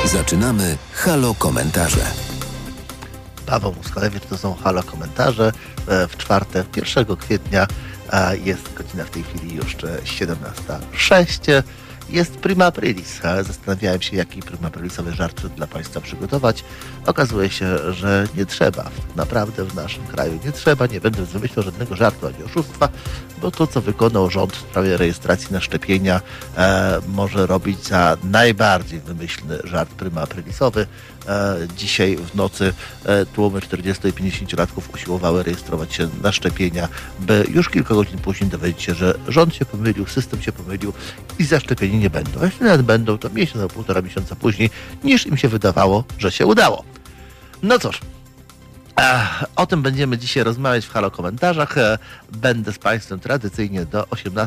Zaczynamy Halo Komentarze. Paweł Muskalewicz, to są Halo Komentarze. W czwartek, 1 kwietnia, jest godzina w tej chwili już 17:06. Jest Prima Aprilis. Zastanawiałem się, jaki Prima Aprilisowy żart dla Państwa przygotować. Okazuje się, że nie trzeba. Naprawdę w naszym kraju nie trzeba. Nie będę wymyślał żadnego żartu ani oszustwa, bo to, co wykonał rząd w sprawie rejestracji na szczepienia, może robić za najbardziej wymyślny żart Prima Aprilisowy. Dzisiaj w nocy tłumy 40- i 50-latków usiłowały rejestrować się na szczepienia, by już kilka godzin później dowiedzieć się, że rząd się pomylił, system się pomylił i zaszczepieni nie będą. A jeśli nawet będą, to miesiąc albo 1,5 miesiąca później, niż im się wydawało, że się udało. No cóż, o tym będziemy dzisiaj rozmawiać w Halo Komentarzach. Będę z Państwem tradycyjnie do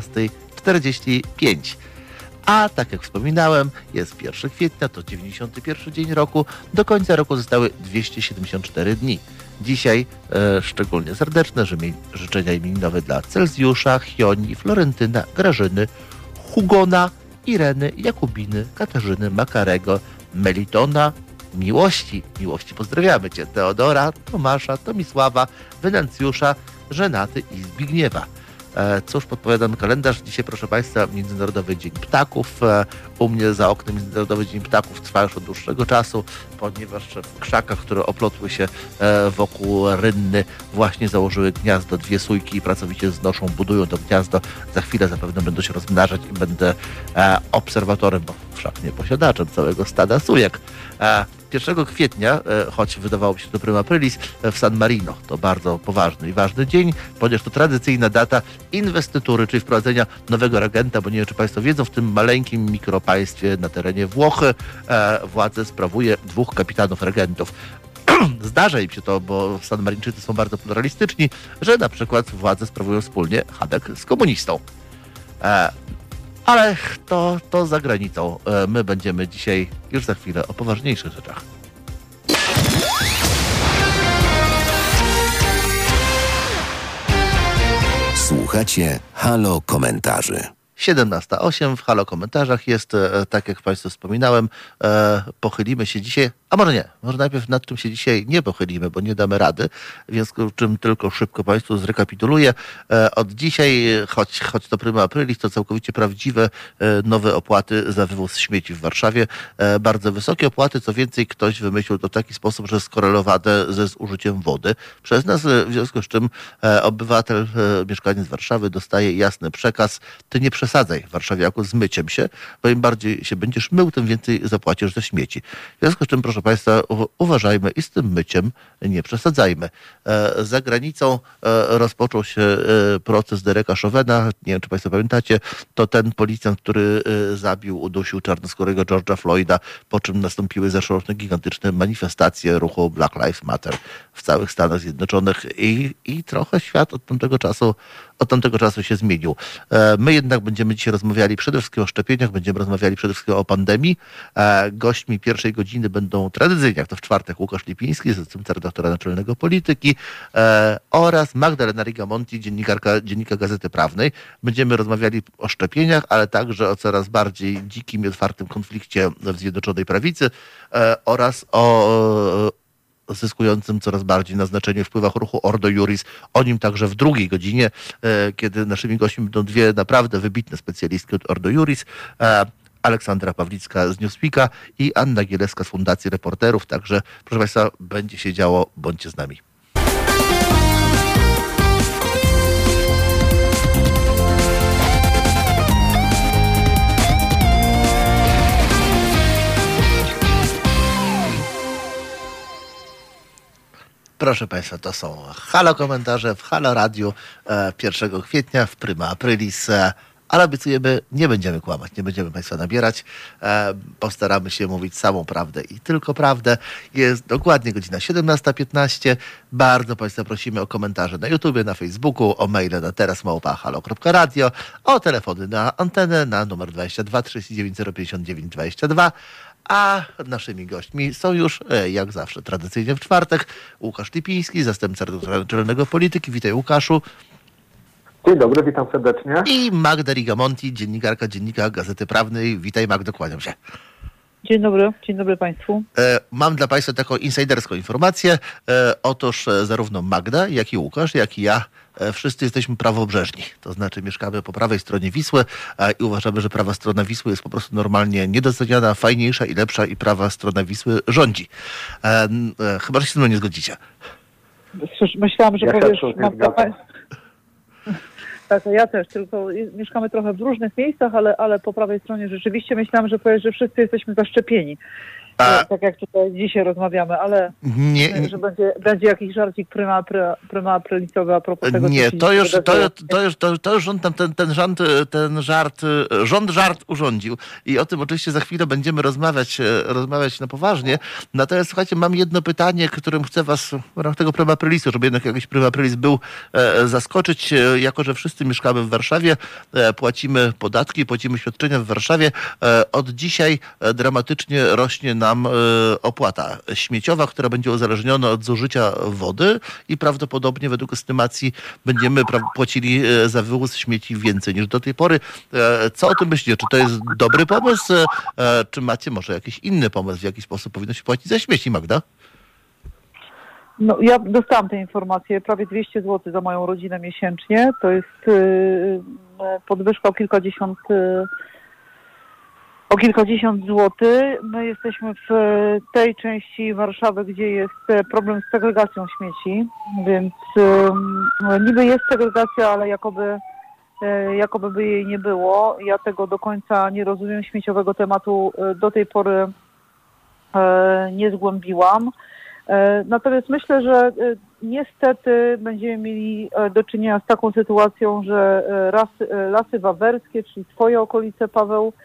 18:45. A tak jak wspominałem, jest 1 kwietnia, to 91 dzień roku. Do końca roku zostały 274 dni. Dzisiaj szczególnie serdeczne życzenia imieninowe dla Celsjusza, Chioni, Florentyna, Grażyny, Hugona, Ireny, Jakubiny, Katarzyny, Makarego, Melitona, Miłości pozdrawiamy Cię, Teodora, Tomasza, Tomisława, Wenancjusza, Żenaty i Zbigniewa. Cóż, podpowiadam kalendarz. Dzisiaj, proszę Państwa, Międzynarodowy Dzień Ptaków. U mnie za oknem Międzynarodowy Dzień Ptaków trwa już od dłuższego czasu, ponieważ w krzakach, które oplotły się wokół Rynny, właśnie założyły gniazdo 2 sójki i pracowicie znoszą, budują to gniazdo. Za chwilę zapewne będą się rozmnażać i będę obserwatorem, bo wszak nie posiadaczem całego stada sójek. 1 kwietnia, choć wydawało mi się to Prima Aprilis, w San Marino to bardzo poważny i ważny dzień, ponieważ to tradycyjna data inwestytury, czyli wprowadzenia nowego regenta, bo nie wiem, czy Państwo wiedzą, w tym maleńkim mikropaństwie na terenie Włochy władzę sprawuje 2 kapitanów regentów. Zdarza im się to, bo Sanmarinczycy są bardzo pluralistyczni, że na przykład władzę sprawują wspólnie Hadek z komunistą. Ale to za granicą. My będziemy dzisiaj już za chwilę o poważniejszych rzeczach. Słuchacie Halo Komentarzy. 17:08 w Halo Komentarzach jest, tak jak Państwu wspominałem, pochylimy się dzisiaj, a może nie, może najpierw nad czym się dzisiaj nie pochylimy, bo nie damy rady, w związku z czym tylko szybko Państwu zrekapituluję. Od dzisiaj, choć to Prima Aprilis, to całkowicie prawdziwe nowe opłaty za wywóz śmieci w Warszawie. Bardzo wysokie opłaty, co więcej ktoś wymyślił to w taki sposób, że skorelowane ze zużyciem wody przez nas, w związku z czym obywatel, mieszkaniec Warszawy dostaje jasny przekaz: ty nie przesadzaj, warszawiaku, z myciem się, bo im bardziej się będziesz mył, tym więcej zapłacisz za śmieci. W związku z czym, proszę Państwa, uważajmy i z tym myciem nie przesadzajmy. Za granicą rozpoczął się proces Dereka Chauvina. Nie wiem, czy Państwo pamiętacie, to ten policjant, który udusił czarnoskórego George'a Floyda, po czym nastąpiły zeszłoroczne gigantyczne manifestacje ruchu Black Lives Matter w całych Stanach Zjednoczonych i trochę świat od tamtego czasu się zmienił. My jednak będziemy dzisiaj rozmawiali przede wszystkim o szczepieniach, będziemy rozmawiali przede wszystkim o pandemii. Gośćmi pierwszej godziny będą tradycyjnie, jak to w czwartek, Łukasz Lipiński, zastępca redaktora naczelnego Polityki, oraz Magdalena Rigamonti, dziennika Gazety Prawnej. Będziemy rozmawiali o szczepieniach, ale także o coraz bardziej dzikim i otwartym konflikcie w Zjednoczonej Prawicy oraz o zyskującym coraz bardziej na znaczeniu wpływach ruchu Ordo Iuris. O nim także w drugiej godzinie, kiedy naszymi gośćmi będą 2 naprawdę wybitne specjalistki od Ordo Iuris, Aleksandra Pawlicka z Newspeaka i Anna Gieleska z Fundacji Reporterów. Także, proszę Państwa, będzie się działo, bądźcie z nami. Proszę Państwa, to są Halo Komentarze w Halo Radiu 1 kwietnia w Prima Aprilis. Ale obiecujemy, nie będziemy kłamać, nie będziemy Państwa nabierać. Postaramy się mówić samą prawdę i tylko prawdę. Jest dokładnie godzina 17:15. Bardzo Państwa prosimy o komentarze na YouTubie, na Facebooku, o maile na teraz@halo.radio, o telefony na antenę na numer 22 39 059 22. A naszymi gośćmi są już, jak zawsze, tradycyjnie w czwartek, Łukasz Lipiński, zastępca redaktora naczelnego Polityki. Witaj, Łukaszu. Dzień dobry, witam serdecznie. I Magda Rigamonti, dziennikarka Dziennika Gazety Prawnej. Witaj, Magdo, kłaniam się. Dzień dobry Państwu. Mam dla Państwa taką insiderską informację. Otóż zarówno Magda, jak i Łukasz, jak i ja, wszyscy jesteśmy prawobrzeżni. To znaczy mieszkamy po prawej stronie Wisły i uważamy, że prawa strona Wisły jest po prostu normalnie niedoceniana, fajniejsza i lepsza i prawa strona Wisły rządzi. Chyba, że się ze mną nie zgodzicie. Myślałam, że Ja powiesz... też nie zgadzam. Tak, ja też, tylko mieszkamy trochę w różnych miejscach, ale po prawej stronie rzeczywiście myślałam, że powiesz, że wszyscy jesteśmy zaszczepieni. Tak jak tutaj dzisiaj rozmawiamy, ale Nie, że będzie jakiś żarcik prima aprilicowy a propos tego, nie, co to już rząd tam ten żart urządził i o tym oczywiście za chwilę będziemy rozmawiać na poważnie. Natomiast słuchajcie, mam jedno pytanie, którym chcę was w ramach tego prima aprilisu, żeby jednak jakiś prima aprilis był, zaskoczyć. Jako że wszyscy mieszkamy w Warszawie, płacimy podatki, płacimy świadczenia w Warszawie, od dzisiaj dramatycznie rośnie nam opłata śmieciowa, która będzie uzależniona od zużycia wody i prawdopodobnie według estymacji będziemy płacili za wywóz śmieci więcej niż do tej pory. Co o tym myślicie? Czy to jest dobry pomysł? Czy macie może jakiś inny pomysł, w jaki sposób powinno się płacić za śmieci, Magda? No, ja dostałam tę informację, prawie 200 zł za moją rodzinę miesięcznie. To jest podwyżka o kilkadziesiąt złotych. My jesteśmy w tej części Warszawy, gdzie jest problem z segregacją śmieci, więc niby jest segregacja, ale jakoby by jej nie było. Ja tego do końca nie rozumiem, śmieciowego tematu do tej pory nie zgłębiłam. Natomiast myślę, że niestety będziemy mieli do czynienia z taką sytuacją, że lasy wawerskie, czyli twoje okolice, Paweł,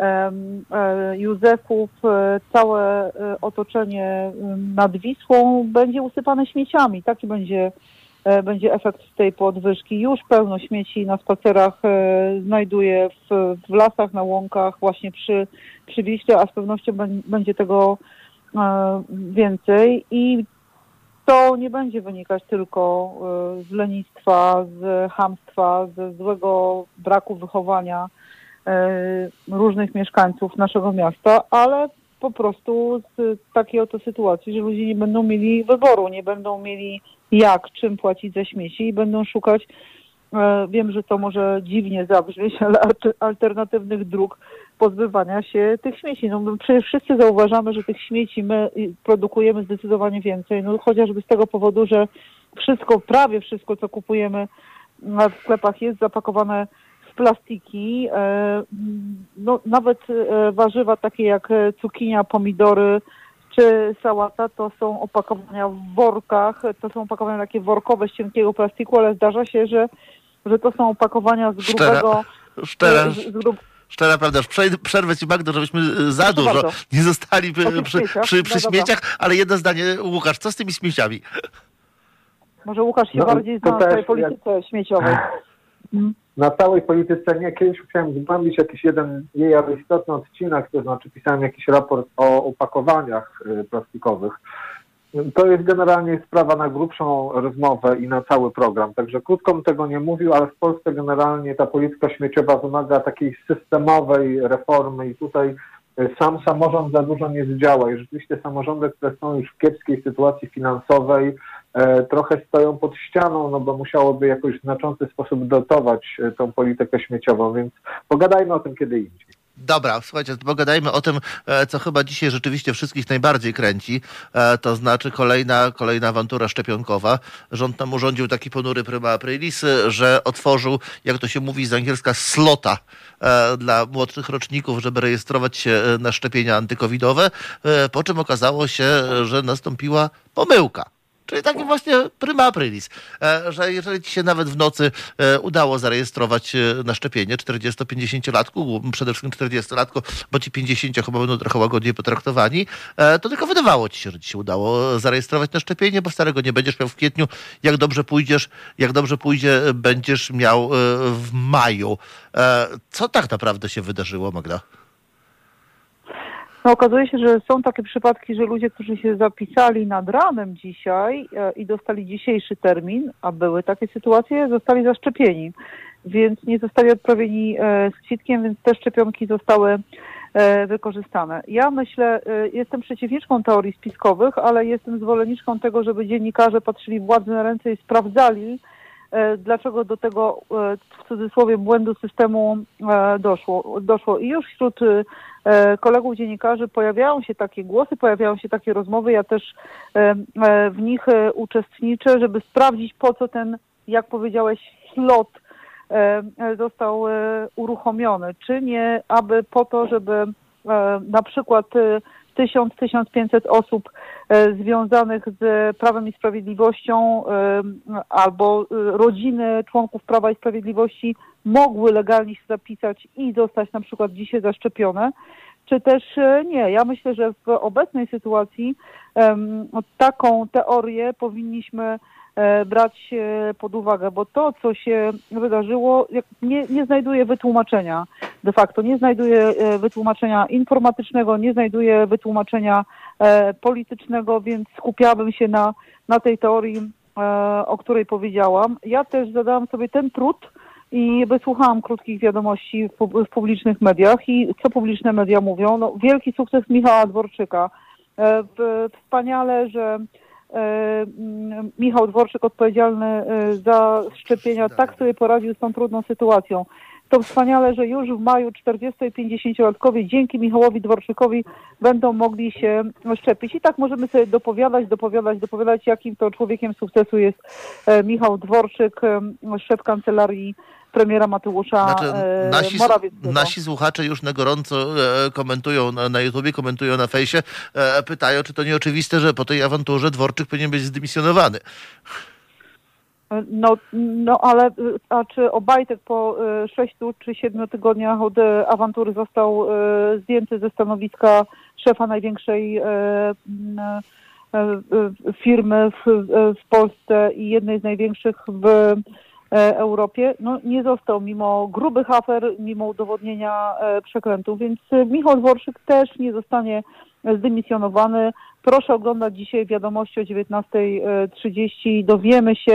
Józefów, całe otoczenie nad Wisłą będzie usypane śmieciami. Taki będzie efekt tej podwyżki. Już pełno śmieci na spacerach znajduję w lasach, na łąkach, właśnie przy Wiśle, a z pewnością będzie tego więcej i to nie będzie wynikać tylko z lenistwa, z chamstwa, ze złego braku wychowania różnych mieszkańców naszego miasta, ale po prostu z takiej oto sytuacji, że ludzie nie będą mieli wyboru, nie będą mieli czym płacić za śmieci i będą szukać, wiem, że to może dziwnie zabrzmieć, ale alternatywnych dróg pozbywania się tych śmieci. No przecież wszyscy zauważamy, że tych śmieci my produkujemy zdecydowanie więcej, no chociażby z tego powodu, że prawie wszystko, co kupujemy w sklepach jest zapakowane w plastiki. No, nawet warzywa takie jak cukinia, pomidory czy sałata to są opakowania w workach, to są opakowania takie workowe z cienkiego plastiku, ale zdarza się, że to są opakowania z grubego... Szczera prawda, przerwę ci, Magdo, żebyśmy za dużo nie zostali przy śmieciach, ale jedno zdanie, Łukasz, co z tymi śmieciami? Może Łukasz się bardziej zna na tej polityce śmieciowej. Na całej polityce nie. Kiedyś chciałem zgłębić jakiś jeden jej istotny odcinek, to znaczy pisałem jakiś raport o opakowaniach plastikowych. To jest generalnie sprawa na grubszą rozmowę i na cały program. Także krótko bym tego nie mówił, ale w Polsce generalnie ta polityka śmieciowa wymaga takiej systemowej reformy i tutaj sam samorząd za dużo nie zdziała i rzeczywiście samorządy, które są już w kiepskiej sytuacji finansowej, trochę stoją pod ścianą, no bo musiałoby jakoś w znaczący sposób dotować tą politykę śmieciową, więc pogadajmy o tym kiedy indziej. Dobra, słuchajcie, pogadajmy o tym, co chyba dzisiaj rzeczywiście wszystkich najbardziej kręci, to znaczy kolejna awantura szczepionkowa. Rząd nam urządził taki ponury prima aprilis, że otworzył, jak to się mówi z angielska, slota dla młodszych roczników, żeby rejestrować się na szczepienia antykowidowe, po czym okazało się, że nastąpiła pomyłka. Czyli taki właśnie prima aprilis, że jeżeli ci się nawet w nocy udało zarejestrować na szczepienie 40-50-latku, przede wszystkim 40-latku, bo ci 50 chyba będą trochę łagodniej potraktowani, to tylko wydawało ci się, że ci się udało zarejestrować na szczepienie, bo starego nie będziesz miał w kwietniu. Jak dobrze pójdzie, będziesz miał w maju. Co tak naprawdę się wydarzyło, Magda? No, okazuje się, że są takie przypadki, że ludzie, którzy się zapisali nad ranem dzisiaj i dostali dzisiejszy termin, a były takie sytuacje, zostali zaszczepieni, więc nie zostali odprawieni z kwitkiem, więc te szczepionki zostały wykorzystane. Ja myślę, jestem przeciwniczką teorii spiskowych, ale jestem zwolenniczką tego, żeby dziennikarze patrzyli władzy na ręce i sprawdzali, dlaczego do tego, w cudzysłowie, błędu systemu doszło. I już wśród kolegów dziennikarzy pojawiają się takie głosy, pojawiają się takie rozmowy. Ja też w nich uczestniczę, żeby sprawdzić, po co ten, jak powiedziałeś, slot został uruchomiony. Czy nie, aby po to, żeby na przykład 1000-1500 osób związanych z Prawem i Sprawiedliwością albo rodziny członków Prawa i Sprawiedliwości mogły legalnie się zapisać i zostać na przykład dzisiaj zaszczepione, czy też nie. Ja myślę, że w obecnej sytuacji taką teorię powinniśmy brać pod uwagę, bo to, co się wydarzyło, nie znajduje wytłumaczenia de facto, nie znajduje wytłumaczenia informatycznego, nie znajduje wytłumaczenia politycznego, więc skupiałabym się na tej teorii, o której powiedziałam. Ja też zadałam sobie ten trud i wysłuchałam krótkich wiadomości w publicznych mediach i co publiczne media mówią. No, wielki sukces Michała Dworczyka. Wspaniale, że Michał Dworczyk, odpowiedzialny za szczepienia, tak sobie poradził z tą trudną sytuacją. To wspaniale, że już w maju 40- i 50-latkowie dzięki Michałowi Dworczykowi będą mogli się szczepić. I tak możemy sobie dopowiadać, jakim to człowiekiem sukcesu jest Michał Dworczyk, szef kancelarii premiera Mateusza Morawieckiego. Nasi słuchacze już na gorąco komentują na YouTubie, komentują na fejsie, pytają, czy to nie oczywiste, że po tej awanturze Dworczyk powinien być zdymisjonowany. No ale a czy Obajtek po 6 czy 7 tygodniach od awantury został zdjęty ze stanowiska szefa największej firmy w Polsce i jednej z największych w Europie? No nie został, mimo grubych afer, mimo udowodnienia przekrętów, więc Michał Dworczyk też nie zostanie zdymisjonowany. Proszę oglądać dzisiaj wiadomości o 19:30. Dowiemy się,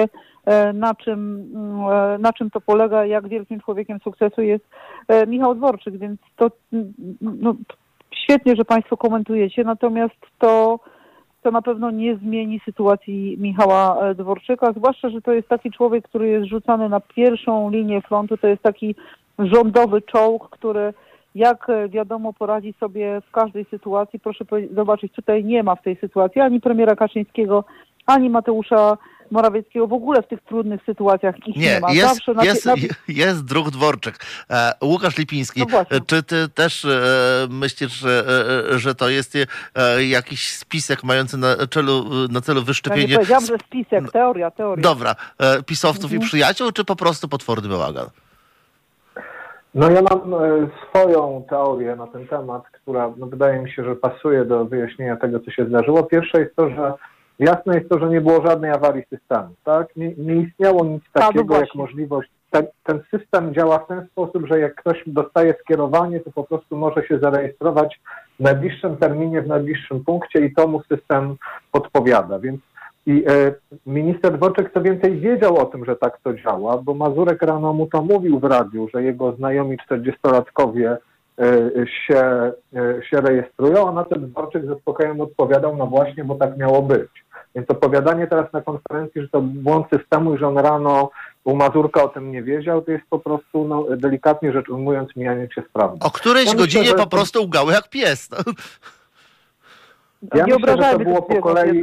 na czym to polega, jak wielkim człowiekiem sukcesu jest Michał Dworczyk, więc to świetnie, że Państwo komentujecie, natomiast to na pewno nie zmieni sytuacji Michała Dworczyka, zwłaszcza, że to jest taki człowiek, który jest rzucany na pierwszą linię frontu, to jest taki rządowy czołg, który, jak wiadomo, poradzi sobie w każdej sytuacji. Proszę zobaczyć, tutaj nie ma w tej sytuacji ani premiera Kaczyńskiego, ani Mateusza Morawieckiego, w ogóle w tych trudnych sytuacjach ich nie ma. Jest druh Dworczyk. Łukasz Lipiński, czy ty też myślisz, że to jest jakiś spisek mający na celu wyszczepienie... Ja nie powiedziałam, że spisek, teoria. Dobra, pisowców i przyjaciół, czy po prostu potworny bałagan? No ja mam swoją teorię na ten temat, która wydaje mi się, że pasuje do wyjaśnienia tego, co się zdarzyło. Pierwsze jest to, że jasne jest to, że nie było żadnej awarii systemu, tak? Nie istniało nic takiego jak możliwość. Ten system działa w ten sposób, że jak ktoś dostaje skierowanie, to po prostu może się zarejestrować w najbliższym terminie, w najbliższym punkcie i to mu system podpowiada. Więc minister Dworczyk co więcej wiedział o tym, że tak to działa, bo Mazurek rano mu to mówił w radiu, że jego znajomi 40-latkowie się rejestrują, a na to Dworczyk ze spokojem odpowiadał, no właśnie, bo tak miało być. Więc opowiadanie teraz na konferencji, że to błąd systemu i że on rano u Mazurka o tym nie wiedział, to jest po prostu, delikatnie rzecz ujmując, mijanie się z prawdą. O którejś godzinie po prostu ugały jak pies. No. Ja myślę, że to było po kolei...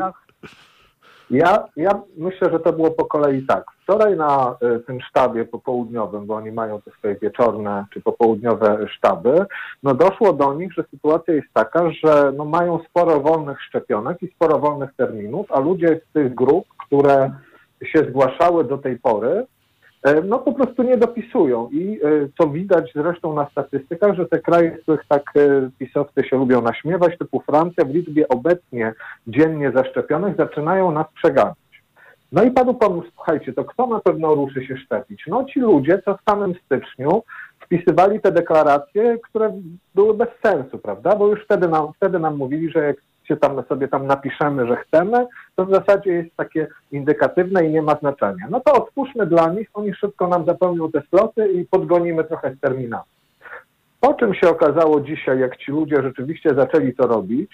Ja myślę, że to było po kolei tak. Wczoraj na tym sztabie popołudniowym, bo oni mają te swoje wieczorne czy popołudniowe sztaby, doszło do nich, że sytuacja jest taka, że mają sporo wolnych szczepionek i sporo wolnych terminów, a ludzie z tych grup, które się zgłaszały do tej pory, po prostu nie dopisują i co widać zresztą na statystykach, że te kraje, z których tak pisowcy się lubią naśmiewać, typu Francja, w liczbie obecnie dziennie zaszczepionych zaczynają nas przeganiać. No i padł pomysł, słuchajcie, to kto na pewno ruszy się szczepić? No ci ludzie, co w samym styczniu wpisywali te deklaracje, które były bez sensu, prawda? Bo już wtedy nam mówili, że jak się sobie napiszemy, że chcemy, to w zasadzie jest takie indykatywne i nie ma znaczenia. No to otwórzmy dla nich, oni szybko nam zapełnią te sloty i podgonimy trochę z terminami. Po czym się okazało dzisiaj, jak ci ludzie rzeczywiście zaczęli to robić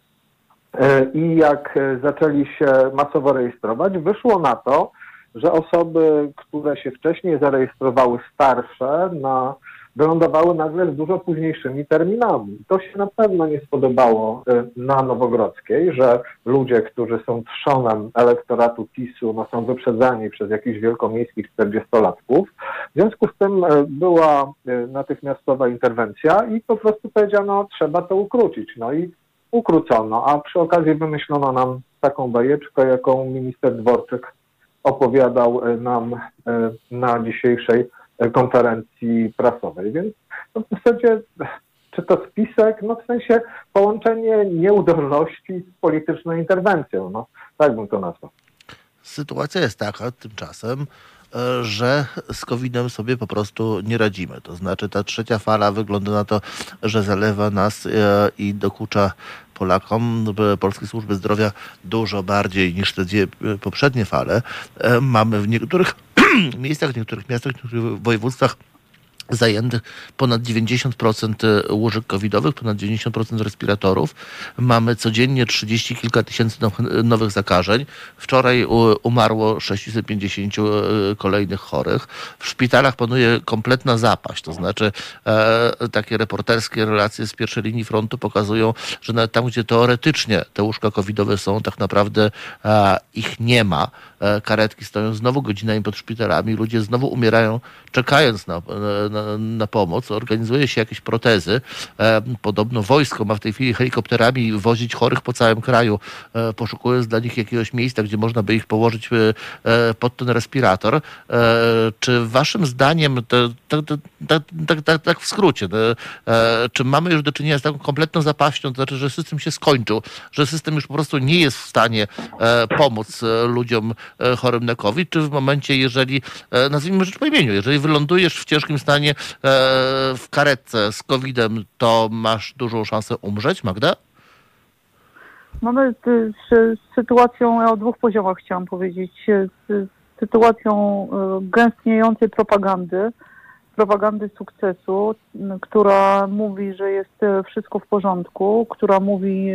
i jak zaczęli się masowo rejestrować, wyszło na to, że osoby, które się wcześniej zarejestrowały starsze, wylądowały nagle z dużo późniejszymi terminami. To się na pewno nie spodobało na Nowogrodzkiej, że ludzie, którzy są trzonem elektoratu PiS-u, są wyprzedzani przez jakichś wielkomiejskich 40-latków. W związku z tym była natychmiastowa interwencja i po prostu powiedziano, trzeba to ukrócić. No i ukrócono, a przy okazji wymyślono nam taką bajeczkę, jaką minister Dworczyk opowiadał nam na dzisiejszej konferencji prasowej. Więc w zasadzie, czy to spisek, w sensie połączenie nieudolności z polityczną interwencją. Tak bym to nazwał. Sytuacja jest taka tymczasem, że z COVID-em sobie po prostu nie radzimy. To znaczy ta trzecia fala wygląda na to, że zalewa nas i dokucza Polakom, Polskiej Służby Zdrowia dużo bardziej niż te dwie poprzednie fale. Mamy w niektórych miejscach, w niektórych miastach, w niektórych województwach zajętych ponad 90% łóżek covidowych, ponad 90% respiratorów. Mamy codziennie 30 kilka tysięcy nowych zakażeń. Wczoraj umarło 650 kolejnych chorych. W szpitalach panuje kompletna zapaść. To znaczy takie reporterskie relacje z pierwszej linii frontu pokazują, że nawet tam, gdzie teoretycznie te łóżka covidowe są, tak naprawdę ich nie ma. Karetki stoją znowu godzinami pod szpitalami. Ludzie znowu umierają, czekając na pomoc. Organizuje się jakieś protezy. Podobno wojsko ma w tej chwili helikopterami wozić chorych po całym kraju, poszukując dla nich jakiegoś miejsca, gdzie można by ich położyć pod ten respirator. Czy waszym zdaniem, tak w skrócie, czy mamy już do czynienia z taką kompletną zapaścią, to znaczy, że system się skończył, że system już po prostu nie jest w stanie pomóc ludziom chorym na COVID, czy w momencie, jeżeli, nazwijmy rzecz po imieniu, jeżeli wylądujesz w ciężkim stanie w karetce z COVID-em, to masz dużą szansę umrzeć, Magda? Mamy z sytuacją, ja o dwóch poziomach chciałam powiedzieć, z sytuacją gęstniejącej propagandy sukcesu, która mówi, że jest wszystko w porządku, która mówi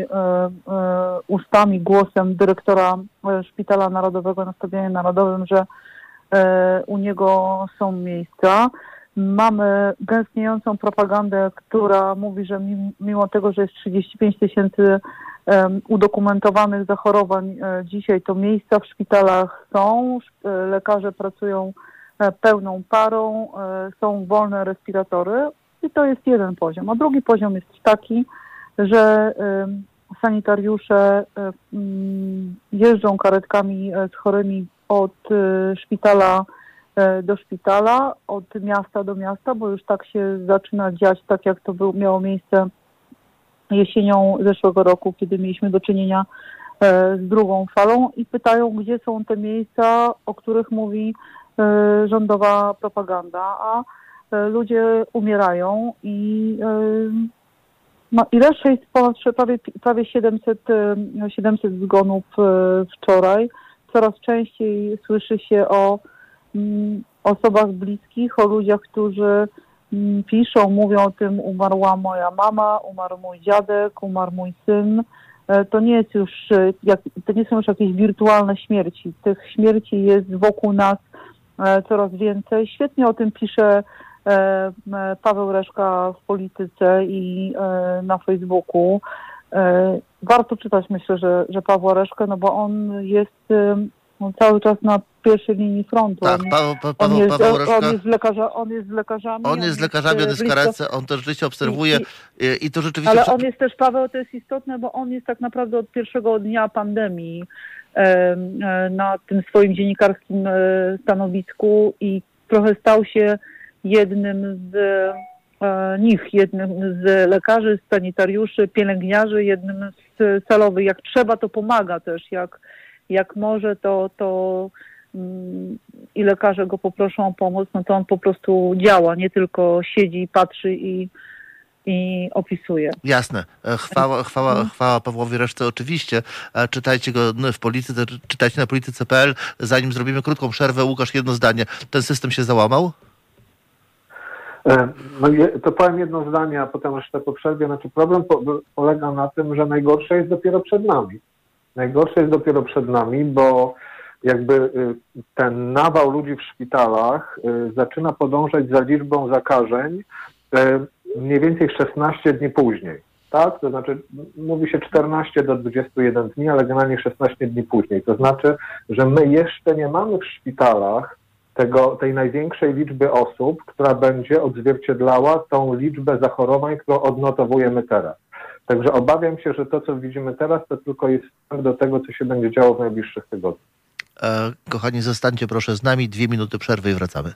ustami, głosem dyrektora Szpitala Narodowego na Stadionie Narodowym, że u niego są miejsca. Mamy gęstniejącą propagandę, która mówi, że mimo tego, że jest 35 tysięcy udokumentowanych zachorowań dzisiaj, to miejsca w szpitalach są, lekarze pracują pełną parą, są wolne respiratory i to jest jeden poziom. A drugi poziom jest taki, że sanitariusze jeżdżą karetkami z chorymi od szpitala do szpitala, od miasta do miasta, bo już tak się zaczyna dziać, tak jak to miało miejsce jesienią zeszłego roku, kiedy mieliśmy do czynienia z drugą falą i pytają, gdzie są te miejsca, o których mówi rządowa propaganda, a ludzie umierają i ile? Prawie 700 zgonów wczoraj. Coraz częściej słyszy się o osobach bliskich, o ludziach, którzy piszą, mówią o tym, umarła moja mama, umarł mój dziadek, umarł mój syn. To nie są już jakieś wirtualne śmierci. Tych śmierci jest wokół nas coraz więcej. Świetnie o tym pisze Paweł Reszka w Polityce i na Facebooku. Warto czytać, myślę, że Pawła Reszkę, no bo on jest cały czas na pierwszej linii frontu. Tak, On jest z lekarzami. On jest z lekarzami, on jest w karetce, on to rzeczywiście obserwuje i to rzeczywiście... Ale on jest też, Paweł, to jest istotne, bo on jest tak naprawdę od pierwszego dnia pandemii na tym swoim dziennikarskim stanowisku i trochę stał się jednym z lekarzy, sanitariuszy, pielęgniarzy, jednym z salowych. Jak trzeba, to pomaga też. Jak może, to i lekarze go poproszą o pomoc, no to on po prostu działa, nie tylko siedzi, patrzy i opisuje. Jasne. Chwała Pawłowi Reszce oczywiście. Czytajcie go w Polityce, czytajcie na polityce.pl. Zanim zrobimy krótką przerwę, Łukasz, jedno zdanie. Ten system się załamał? No to powiem jedno zdanie, a potem resztę po przerwie. Znaczy problem polega na tym, że najgorsze jest dopiero przed nami. Najgorsze jest dopiero przed nami, bo jakby ten nawał ludzi w szpitalach zaczyna podążać za liczbą zakażeń mniej więcej 16 dni później. Tak? To znaczy mówi się 14 do 21 dni, ale generalnie 16 dni później. To znaczy, że my jeszcze nie mamy w szpitalach tej największej liczby osób, która będzie odzwierciedlała tą liczbę zachorowań, którą odnotowujemy teraz. Także obawiam się, że to, co widzimy teraz, to tylko jest wstęp do tego, co się będzie działo w najbliższych tygodniach. Kochani, zostańcie proszę z nami. 2 minuty przerwy i wracamy.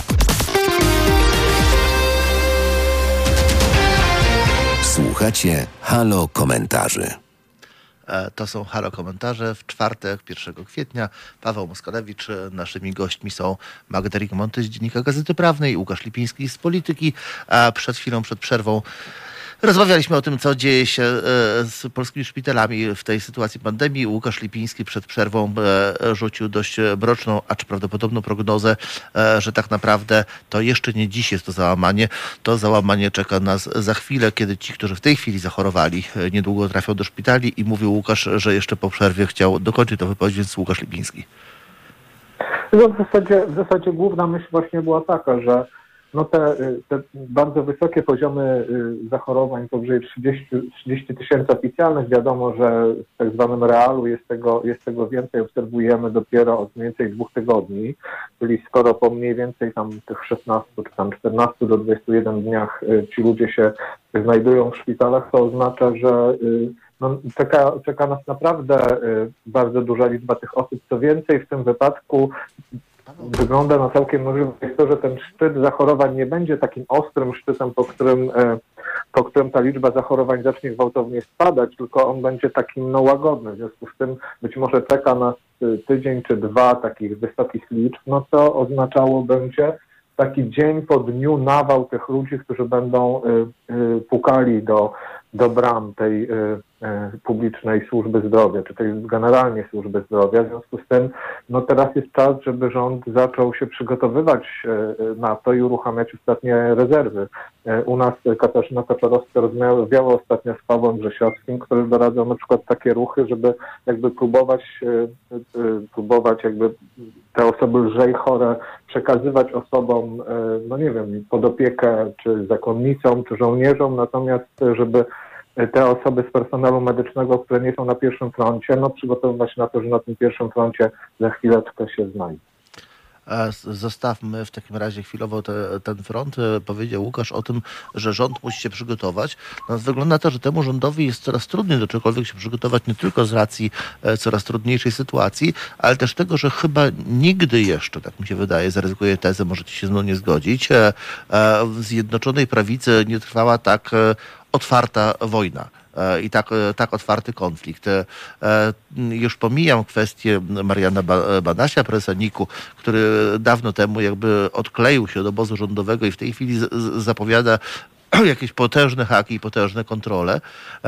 Słuchacie Halo Komentarzy. To są Halo Komentarze w czwartek, 1 kwietnia. Paweł Moskalewicz. Naszymi gośćmi są Magda Rigomonty z Dziennika Gazety Prawnej, Łukasz Lipiński z Polityki. A przed chwilą, przed przerwą rozmawialiśmy o tym, co dzieje się z polskimi szpitalami w tej sytuacji pandemii. Łukasz Lipiński przed przerwą rzucił dość mroczną, acz prawdopodobną prognozę, że tak naprawdę to jeszcze nie dziś jest to załamanie. To załamanie czeka nas za chwilę, kiedy ci, którzy w tej chwili zachorowali, niedługo trafią do szpitali i mówił Łukasz, że jeszcze po przerwie chciał dokończyć tę wypowiedź, więc Łukasz Lipiński. No w zasadzie główna myśl właśnie była taka, że no te bardzo wysokie poziomy zachorowań, powyżej 30 tysięcy oficjalnych, wiadomo, że w tak zwanym realu jest tego więcej, obserwujemy dopiero od mniej więcej 2 tygodni, czyli skoro po mniej więcej tam tych 16 czy tam 14 do 21 dniach ci ludzie się znajdują w szpitalach, to oznacza, że no, czeka nas naprawdę bardzo duża liczba tych osób. Co więcej, w tym wypadku wygląda na całkiem możliwe jest to, że ten szczyt zachorowań nie będzie takim ostrym szczytem, po którym ta liczba zachorowań zacznie gwałtownie spadać, tylko on będzie takim no, łagodnym. W związku z tym być może czeka nas tydzień czy 2 takich wysokich liczb, no co oznaczało będzie taki dzień po dniu nawał tych ludzi, którzy będą pukali do bram tej publicznej służby zdrowia, czy tej generalnie służby zdrowia. W związku z tym no teraz jest czas, żeby rząd zaczął się przygotowywać na to i uruchamiać ostatnie rezerwy. U nas Katarzyna Kaczorowska rozmawiała ostatnio z Pawłem Grzesiowskim, który doradzał na przykład takie ruchy, żeby jakby próbować jakby te osoby lżej chore przekazywać osobom, no nie wiem, pod opiekę, czy zakonnicom, czy żołnierzom, natomiast żeby te osoby z personelu medycznego, które nie są na pierwszym froncie, no przygotowywać na to, że na tym pierwszym froncie za chwileczkę się znajdzie. Zostawmy w takim razie chwilowo ten front. Powiedział Łukasz o tym, że rząd musi się przygotować. No, wygląda na to, że temu rządowi jest coraz trudniej do czegokolwiek się przygotować, nie tylko z racji coraz trudniejszej sytuacji, ale też tego, że chyba nigdy jeszcze, tak mi się wydaje, zaryzykuję tezę, możecie się z mną nie zgodzić, w Zjednoczonej Prawicy nie trwała tak otwarta wojna i tak otwarty konflikt. Już pomijam kwestię Mariana Banasia, prezesa NIK-u, który dawno temu jakby odkleił się od obozu rządowego i w tej chwili zapowiada jakieś potężne haki i potężne kontrole.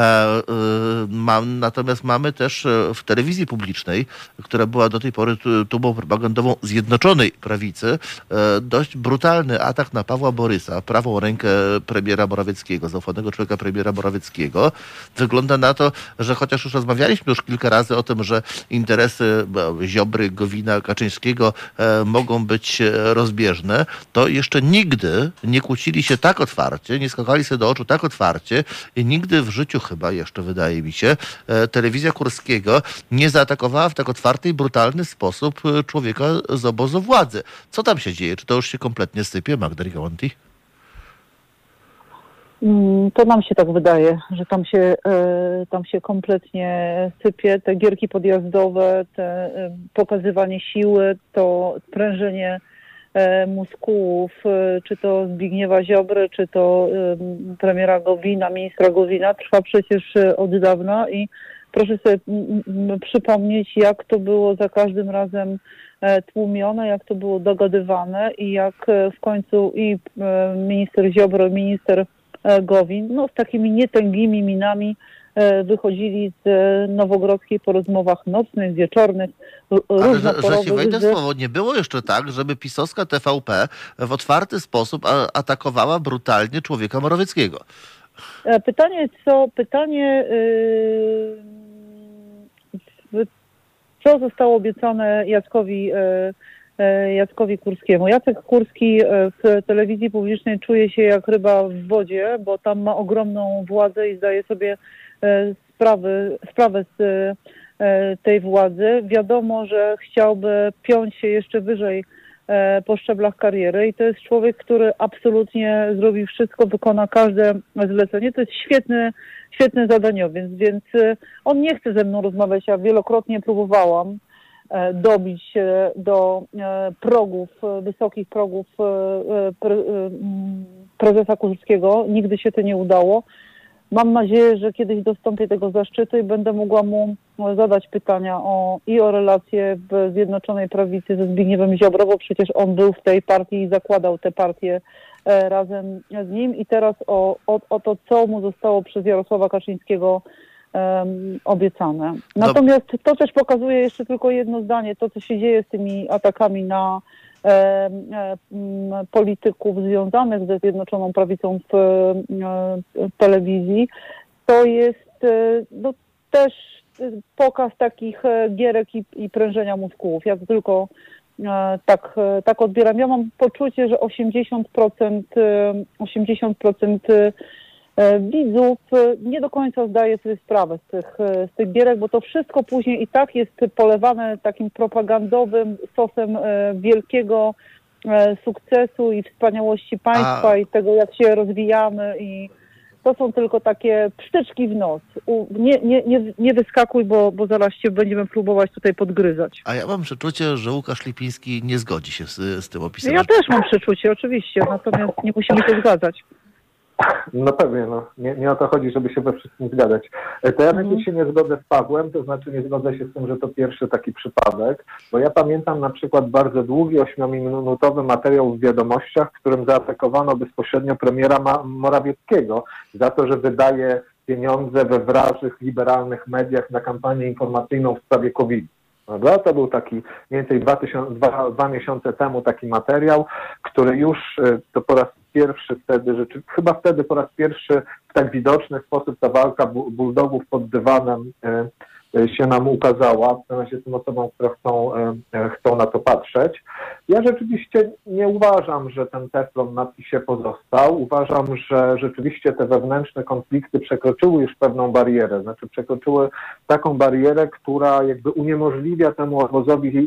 Natomiast mamy też w telewizji publicznej, która była do tej pory tubą propagandową Zjednoczonej Prawicy, dość brutalny atak na Pawła Borysa, prawą rękę premiera Morawieckiego, zaufanego człowieka premiera Morawieckiego. Wygląda na to, że chociaż już rozmawialiśmy już kilka razy o tym, że interesy Ziobry, Gowina, Kaczyńskiego mogą być rozbieżne, to jeszcze nigdy nie kłócili się tak otwarcie, nie skakali sobie do oczu tak otwarcie i nigdy w życiu chyba jeszcze, wydaje mi się, telewizja Kurskiego nie zaatakowała w tak otwarty i brutalny sposób człowieka z obozu władzy. Co tam się dzieje? Czy to już się kompletnie sypie, Magda Rigomonty? To nam się tak wydaje, że tam się kompletnie sypie. Te gierki podjazdowe, te pokazywanie siły, to sprężenie muskułów, czy to Zbigniewa Ziobry, czy to premiera Gowina, ministra Gowina, trwa przecież od dawna i proszę sobie przypomnieć, jak to było za każdym razem tłumione, jak to było dogadywane i jak w końcu i minister Ziobro, minister Gowin, no z takimi nietęgimi minami wychodzili z Nowogrodzkiej po rozmowach nocnych, wieczornych, Ale różnoporowych. że ci wejdę w słowo, nie było jeszcze tak, żeby pisowska TVP w otwarty sposób atakowała brutalnie człowieka Morawieckiego. Pytanie, co zostało obiecane Jackowi Kurskiemu. Jacek Kurski w telewizji publicznej czuje się jak ryba w wodzie, bo tam ma ogromną władzę i zdaje sobie sprawę z tej władzy. Wiadomo, że chciałby piąć się jeszcze wyżej po szczeblach kariery i to jest człowiek, który absolutnie zrobi wszystko, wykona każde zlecenie. To jest świetny zadaniowiec, więc on nie chce ze mną rozmawiać. Ja wielokrotnie próbowałam dobić się do wysokich progów prezesa Kurskiego. Nigdy się to nie udało. Mam nadzieję, że kiedyś dostąpię tego zaszczytu i będę mogła mu zadać pytania o relacje w Zjednoczonej Prawicy ze Zbigniewem Ziobro, bo przecież on był w tej partii i zakładał tę partię razem z nim i teraz o to, co mu zostało przez Jarosława Kaczyńskiego obiecane. Natomiast to też pokazuje jeszcze tylko jedno zdanie, to co się dzieje z tymi atakami na polityków związanych ze Zjednoczoną Prawicą w telewizji, to jest też pokaz takich gierek i prężenia mózgów. Ja to tylko tak odbieram. Ja mam poczucie, że 80% widzów nie do końca zdaje sobie sprawę z tych gierek, bo to wszystko później i tak jest polewane takim propagandowym sosem wielkiego sukcesu i wspaniałości państwa i tego, jak się rozwijamy i to są tylko takie psztyczki w nos. Nie wyskakuj, bo zaraz się będziemy próbować tutaj podgryzać. A ja mam przeczucie, że Łukasz Lipiński nie zgodzi się z tym opisem. Ja też mam przeczucie, oczywiście, natomiast nie musimy się zgadzać. No pewnie, nie o to chodzi, żeby się we wszystkim zgadzać. To ja najpierw się nie zgodzę z Pawłem, to znaczy nie zgodzę się z tym, że to pierwszy taki przypadek, bo ja pamiętam na przykład bardzo długi, 8-minutowy materiał w Wiadomościach, w którym zaatakowano bezpośrednio premiera Morawieckiego za to, że wydaje pieniądze we wrażych, liberalnych mediach na kampanię informacyjną w sprawie COVID. To był taki mniej więcej 2 miesiące temu taki materiał, który już to po raz pierwszy wtedy, chyba wtedy po raz pierwszy w tak widoczny sposób ta walka bulldogów pod dywanem się nam ukazała, w sensie tym osobom, które chcą na to patrzeć. Ja rzeczywiście nie uważam, że ten teflon na PiS-ie pozostał. Uważam, że rzeczywiście te wewnętrzne konflikty przekroczyły już pewną barierę, znaczy przekroczyły taką barierę, która jakby uniemożliwia temu obozowi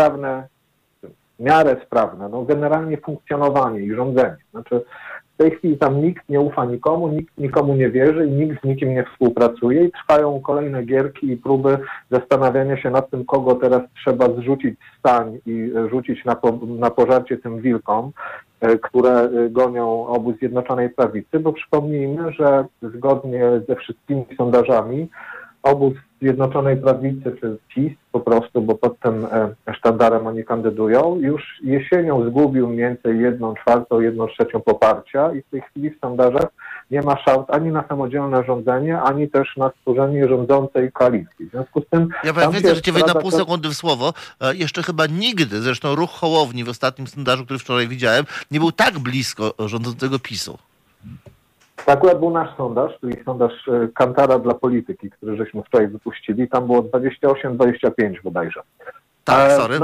w miarę sprawne, generalnie funkcjonowanie i rządzenie. Znaczy w tej chwili tam nikt nie ufa nikomu, nikt nikomu nie wierzy i nikt z nikim nie współpracuje i trwają kolejne gierki i próby zastanawiania się nad tym, kogo teraz trzeba zrzucić z stań i rzucić na pożarcie tym wilkom, które gonią obóz Zjednoczonej Prawicy, bo przypomnijmy, że zgodnie ze wszystkimi sondażami obóz Zjednoczonej Prawicy, czy PiS po prostu, bo pod tym sztandarem oni kandydują, już jesienią zgubił mniej więcej 1/4, 1/3 poparcia i w tej chwili w sondażach nie ma szans ani na samodzielne rządzenie, ani też na stworzenie rządzącej koalicji. W związku z tym... Ja powiem więcej, że cię wejdę na pół sekundy w słowo. Jeszcze chyba nigdy, zresztą ruch Hołowni w ostatnim sondażu, który wczoraj widziałem, nie był tak blisko rządzącego PiS-u. To akurat był nasz sondaż, czyli sondaż Kantara dla polityki, który żeśmy wczoraj wypuścili. Tam było 28-25 bodajże. Tak, sorry.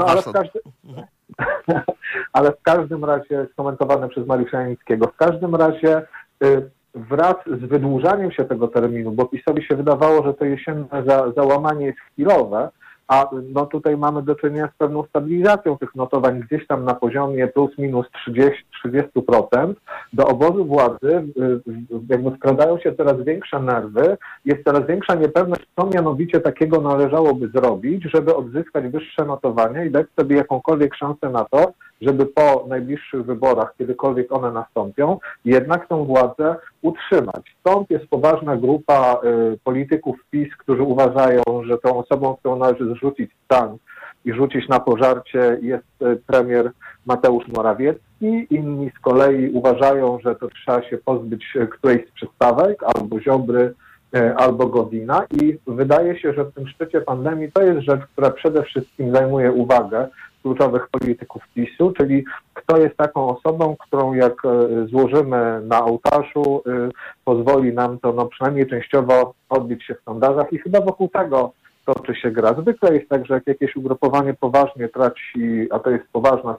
Ale w każdym razie, skomentowane przez Mariusza Janickiego, w każdym razie wraz z wydłużaniem się tego terminu, bo PiS-owi się wydawało, że to jesienne załamanie jest chwilowe, a tutaj mamy do czynienia z pewną stabilizacją tych notowań gdzieś tam na poziomie plus minus 30%. Do obozu władzy jakby wkradają się coraz większe nerwy, jest coraz większa niepewność, co mianowicie takiego należałoby zrobić, żeby odzyskać wyższe notowania i dać sobie jakąkolwiek szansę na to, żeby po najbliższych wyborach, kiedykolwiek one nastąpią, jednak tą władzę utrzymać. Stąd jest poważna grupa polityków PiS, którzy uważają, że tą osobą, którą należy zrzucić stan i rzucić na pożarcie jest premier Mateusz Morawiecki. Inni z kolei uważają, że to trzeba się pozbyć którejś z przystawek, albo Ziobry, albo Gowina i wydaje się, że w tym szczycie pandemii to jest rzecz, która przede wszystkim zajmuje uwagę kluczowych polityków PiS-u, czyli kto jest taką osobą, którą jak złożymy na ołtarzu, pozwoli nam to no, przynajmniej częściowo odbić się w sondażach i chyba wokół tego toczy się gra. Zwykle jest tak, że jak jakieś ugrupowanie poważnie traci, a to jest poważna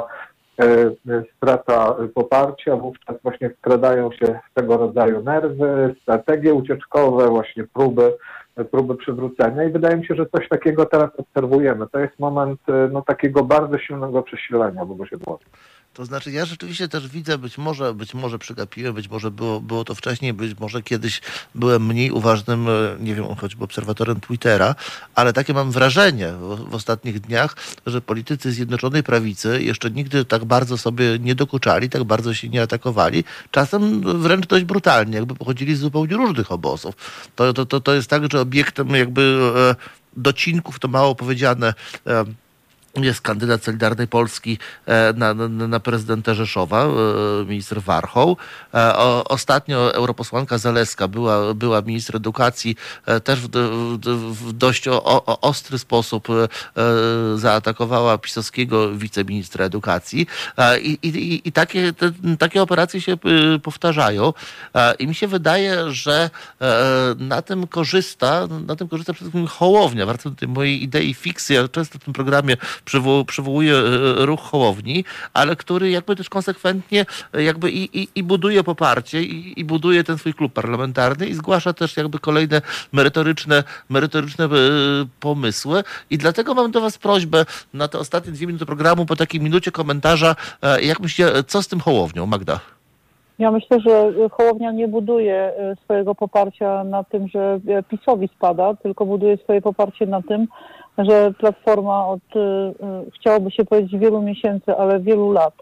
strata poparcia, wówczas właśnie wkradają się tego rodzaju nerwy, strategie ucieczkowe, właśnie próby przywrócenia i wydaje mi się, że coś takiego teraz obserwujemy. To jest moment no, takiego bardzo silnego przesilenia w obozie władzy. To znaczy ja rzeczywiście też widzę, być może przegapiłem, być może było to wcześniej, być może kiedyś byłem mniej uważnym, nie wiem, choćby obserwatorem Twittera, ale takie mam wrażenie w ostatnich dniach, że politycy Zjednoczonej Prawicy jeszcze nigdy tak bardzo sobie nie dokuczali, tak bardzo się nie atakowali, czasem wręcz dość brutalnie, jakby pochodzili z zupełnie różnych obozów. To jest tak, że obiektem jakby docinków, to mało powiedziane, jest kandydat Solidarnej Polski na prezydenta Rzeszowa, minister Warchoł. Ostatnio europosłanka Zalewska była minister edukacji, też w dość ostry sposób zaatakowała pisowskiego wiceministra edukacji. I takie operacje się powtarzają. I mi się wydaje, że na tym korzysta przede wszystkim Hołownia. Wracam do tej mojej idei fikcji. Ja często w tym programie przywołuje ruch Hołowni, ale który jakby też konsekwentnie jakby i buduje poparcie i buduje ten swój klub parlamentarny i zgłasza też jakby kolejne merytoryczne pomysły. I dlatego mam do was prośbę na te ostatnie 2 minuty programu, po takiej minucie komentarza, jak myślicie, co z tym Hołownią, Magda? Ja myślę, że Hołownia nie buduje swojego poparcia na tym, że PiS-owi spada, tylko buduje swoje poparcie na tym, że Platforma od, chciałoby się powiedzieć, wielu miesięcy, ale wielu lat,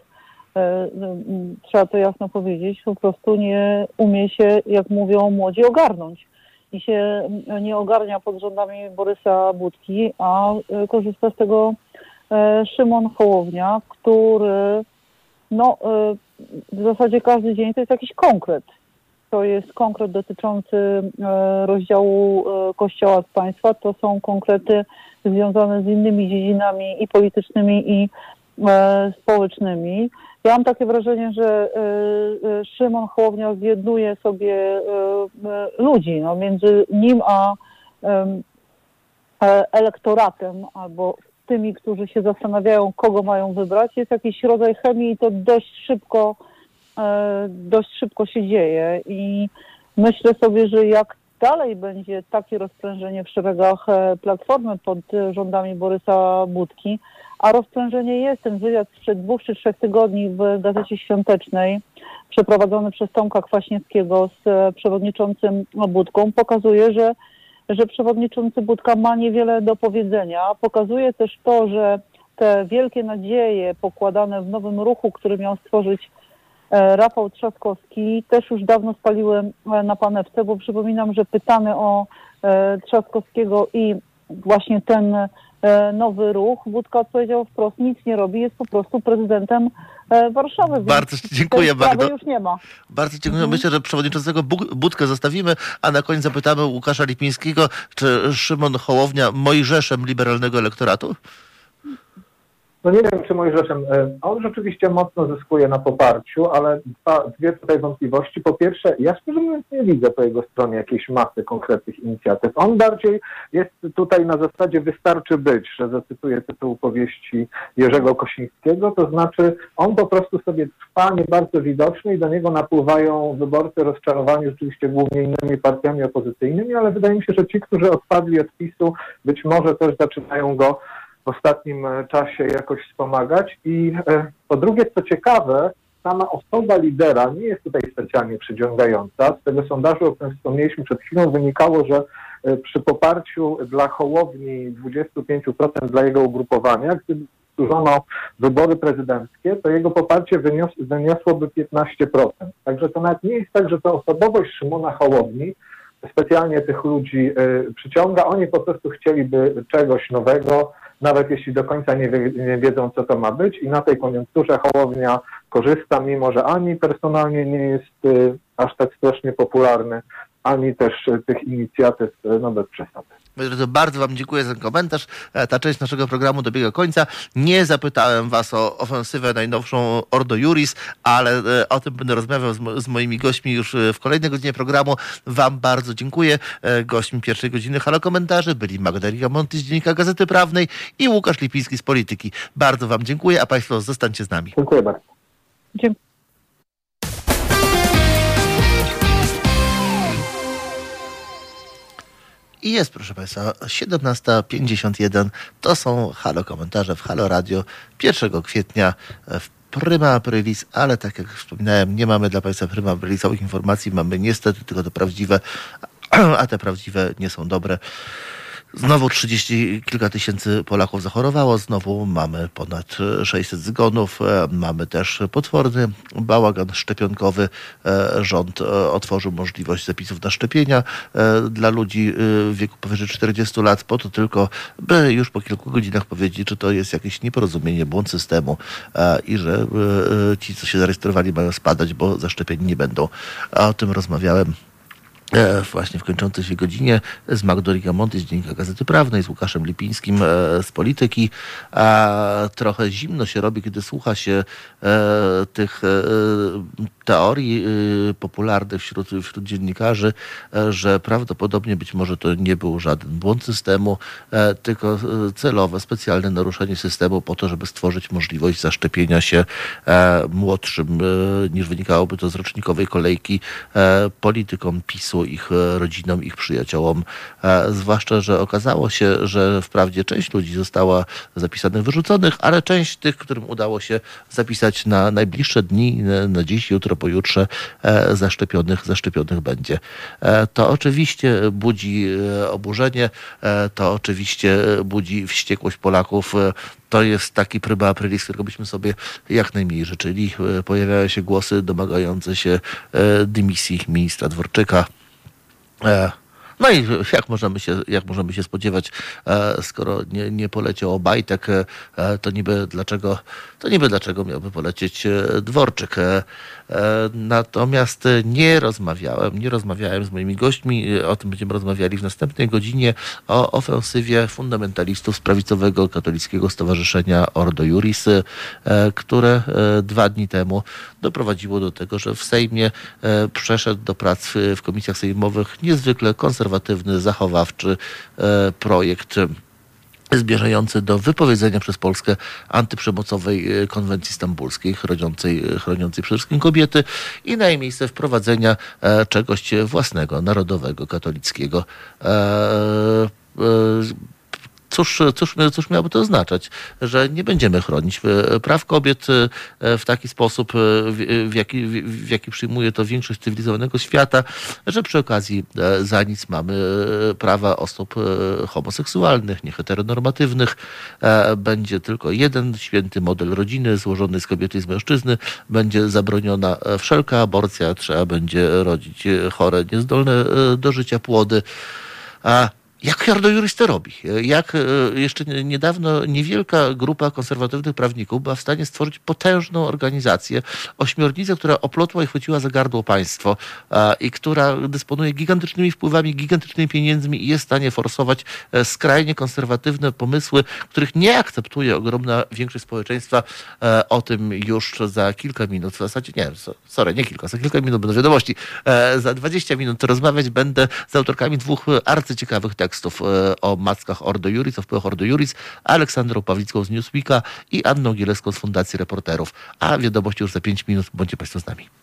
trzeba to jasno powiedzieć, po prostu nie umie się, jak mówią młodzi, ogarnąć. I się nie ogarnia pod rządami Borysa Budki, a korzysta z tego Szymon Hołownia, który no, w zasadzie każdy dzień to jest jakiś konkret. To jest konkret dotyczący rozdziału Kościoła od państwa. To są konkrety związane z innymi dziedzinami i politycznymi, i społecznymi. Ja mam takie wrażenie, że Szymon Hołownia zjednuje sobie ludzi. No, między nim a elektoratem albo tymi, którzy się zastanawiają, kogo mają wybrać, jest jakiś rodzaj chemii i to dość szybko się dzieje i myślę sobie, że jak dalej będzie takie rozprężenie w szeregach Platformy pod rządami Borysa Budki, a rozprężenie jest, ten wywiad sprzed 2 czy 3 tygodni w Gazecie Świątecznej przeprowadzony przez Tomka Kwaśniewskiego z przewodniczącym Budką pokazuje, że przewodniczący Budka ma niewiele do powiedzenia. Pokazuje też to, że te wielkie nadzieje pokładane w nowym ruchu, który miał stworzyć Rafał Trzaskowski, też już dawno spaliły na panewce, bo przypominam, że pytany o Trzaskowskiego i właśnie ten nowy ruch, Budka odpowiedział wprost, nic nie robi, jest po prostu prezydentem Warszawy. Bardzo dziękuję, Magdo. Już nie ma. Bardzo dziękuję. Myślę, że przewodniczącego Budkę zostawimy, a na koniec zapytamy Łukasza Lipińskiego, czy Szymon Hołownia Mojżeszem liberalnego elektoratu? No nie wiem, czy Mojżeszem. On rzeczywiście mocno zyskuje na poparciu, ale dwie tutaj wątpliwości. Po pierwsze, ja szczerze mówiąc nie widzę po jego stronie jakiejś masy konkretnych inicjatyw. On bardziej jest tutaj na zasadzie wystarczy być, że zacytuję tytuł powieści Jerzego Kosińskiego, to znaczy on po prostu sobie trwa nie bardzo widoczny i do niego napływają wyborcy rozczarowani rzeczywiście głównie innymi partiami opozycyjnymi, ale wydaje mi się, że ci, którzy odpadli od PiS-u, być może też zaczynają go w ostatnim czasie jakoś wspomagać. I po drugie, co ciekawe, sama osoba lidera nie jest tutaj specjalnie przyciągająca. Z tego sondażu, o którym wspomnieliśmy przed chwilą, wynikało, że przy poparciu dla Hołowni 25% dla jego ugrupowania, gdyby powtórzono wybory prezydenckie, to jego poparcie wyniosłoby 15%. Także to nawet nie jest tak, że to osobowość Szymona Hołowni specjalnie tych ludzi przyciąga. Oni po prostu chcieliby czegoś nowego, nawet jeśli do końca nie wiedzą, co to ma być i na tej koniunkturze Hołownia korzysta, mimo że ani personalnie nie jest aż tak strasznie popularny, ani też tych inicjatyw bez przesady. Bardzo wam dziękuję za ten komentarz. Ta część naszego programu dobiega końca. Nie zapytałem was o ofensywę najnowszą Ordo Iuris, ale o tym będę rozmawiał z moimi gośćmi już w kolejnej godzinie programu. Wam bardzo dziękuję. Gośćmi pierwszej godziny Halo Komentarzy byli Magda Rigamonti z Dziennika Gazety Prawnej i Łukasz Lipiński z Polityki. Bardzo wam dziękuję, a państwo zostańcie z nami. Dziękuję bardzo. Dziękuję. I jest, proszę Państwa, 17:51. To są Halo Komentarze w Halo Radio 1 kwietnia w Prima Aprilis, ale tak jak wspominałem, nie mamy dla Państwa Prima Aprilisowych informacji, mamy niestety tylko te prawdziwe, a te prawdziwe nie są dobre. Znowu 30 kilka tysięcy Polaków zachorowało, znowu mamy ponad 600 zgonów, mamy też potworny bałagan szczepionkowy. Rząd otworzył możliwość zapisów na szczepienia dla ludzi w wieku powyżej 40 lat, po to tylko, by już po kilku godzinach powiedzieć, że to jest jakieś nieporozumienie, błąd systemu i że ci, co się zarejestrowali, mają spadać, bo zaszczepieni nie będą. A o tym rozmawiałem właśnie w kończącej się godzinie z Magdą Rigamonti z Dziennika Gazety Prawnej, z Łukaszem Lipińskim z Polityki. Trochę zimno się robi, kiedy słucha się tych teorii popularnych wśród dziennikarzy, że prawdopodobnie być może to nie był żaden błąd systemu, tylko celowe, specjalne naruszenie systemu po to, żeby stworzyć możliwość zaszczepienia się młodszym, niż wynikałoby to z rocznikowej kolejki, politykom PiS-u, ich rodzinom, ich przyjaciołom. Zwłaszcza, że okazało się, że wprawdzie część ludzi została zapisanych, wyrzuconych, ale część tych, którym udało się zapisać na najbliższe dni, na dziś, jutro, pojutrze, zaszczepionych będzie. To oczywiście budzi oburzenie, to oczywiście budzi wściekłość Polaków. To jest taki Prima Aprilis, którego byśmy sobie jak najmniej życzyli. Pojawiają się głosy domagające się dymisji ministra Dworczyka. No i jak możemy się spodziewać, skoro nie poleciał Obajtek, to niby dlaczego miałby polecieć Dworczyk. Natomiast nie rozmawiałem z moimi gośćmi, o tym będziemy rozmawiali w następnej godzinie, o ofensywie fundamentalistów z prawicowego katolickiego stowarzyszenia Ordo Iuris, które 2 dni temu doprowadziło do tego, że w Sejmie przeszedł do prac w komisjach sejmowych niezwykle konserwatywny, zachowawczy projekt zmierzający do wypowiedzenia przez Polskę antyprzemocowej konwencji stambulskiej, chroniącej przede wszystkim kobiety i na jej miejsce wprowadzenia czegoś własnego, narodowego, katolickiego. Cóż miałoby to oznaczać? Że nie będziemy chronić praw kobiet w taki sposób, w jaki przyjmuje to większość cywilizowanego świata, że przy okazji za nic mamy prawa osób homoseksualnych, nieheteronormatywnych. Będzie tylko jeden święty model rodziny złożony z kobiety i z mężczyzny. Będzie zabroniona wszelka aborcja, trzeba będzie rodzić chore, niezdolne do życia płody. Jak Ordo Iuris to robi? Jak jeszcze niedawno niewielka grupa konserwatywnych prawników była w stanie stworzyć potężną organizację, ośmiornicę, która oplotła i chwyciła za gardło państwo i która dysponuje gigantycznymi wpływami, gigantycznymi pieniędzmi i jest w stanie forsować skrajnie konserwatywne pomysły, których nie akceptuje ogromna większość społeczeństwa. O tym już za kilka minut, w zasadzie za kilka minut będą wiadomości. Za 20 minut rozmawiać będę z autorkami 2 arcyciekawych tekstów o mackach Ordo Iuris, o wpływach Ordo Iuris, Aleksandrą Pawlicką z Newsweeka i Anną Gieleską z Fundacji Reporterów. A wiadomości już za 5 minut. Bądźcie Państwo z nami.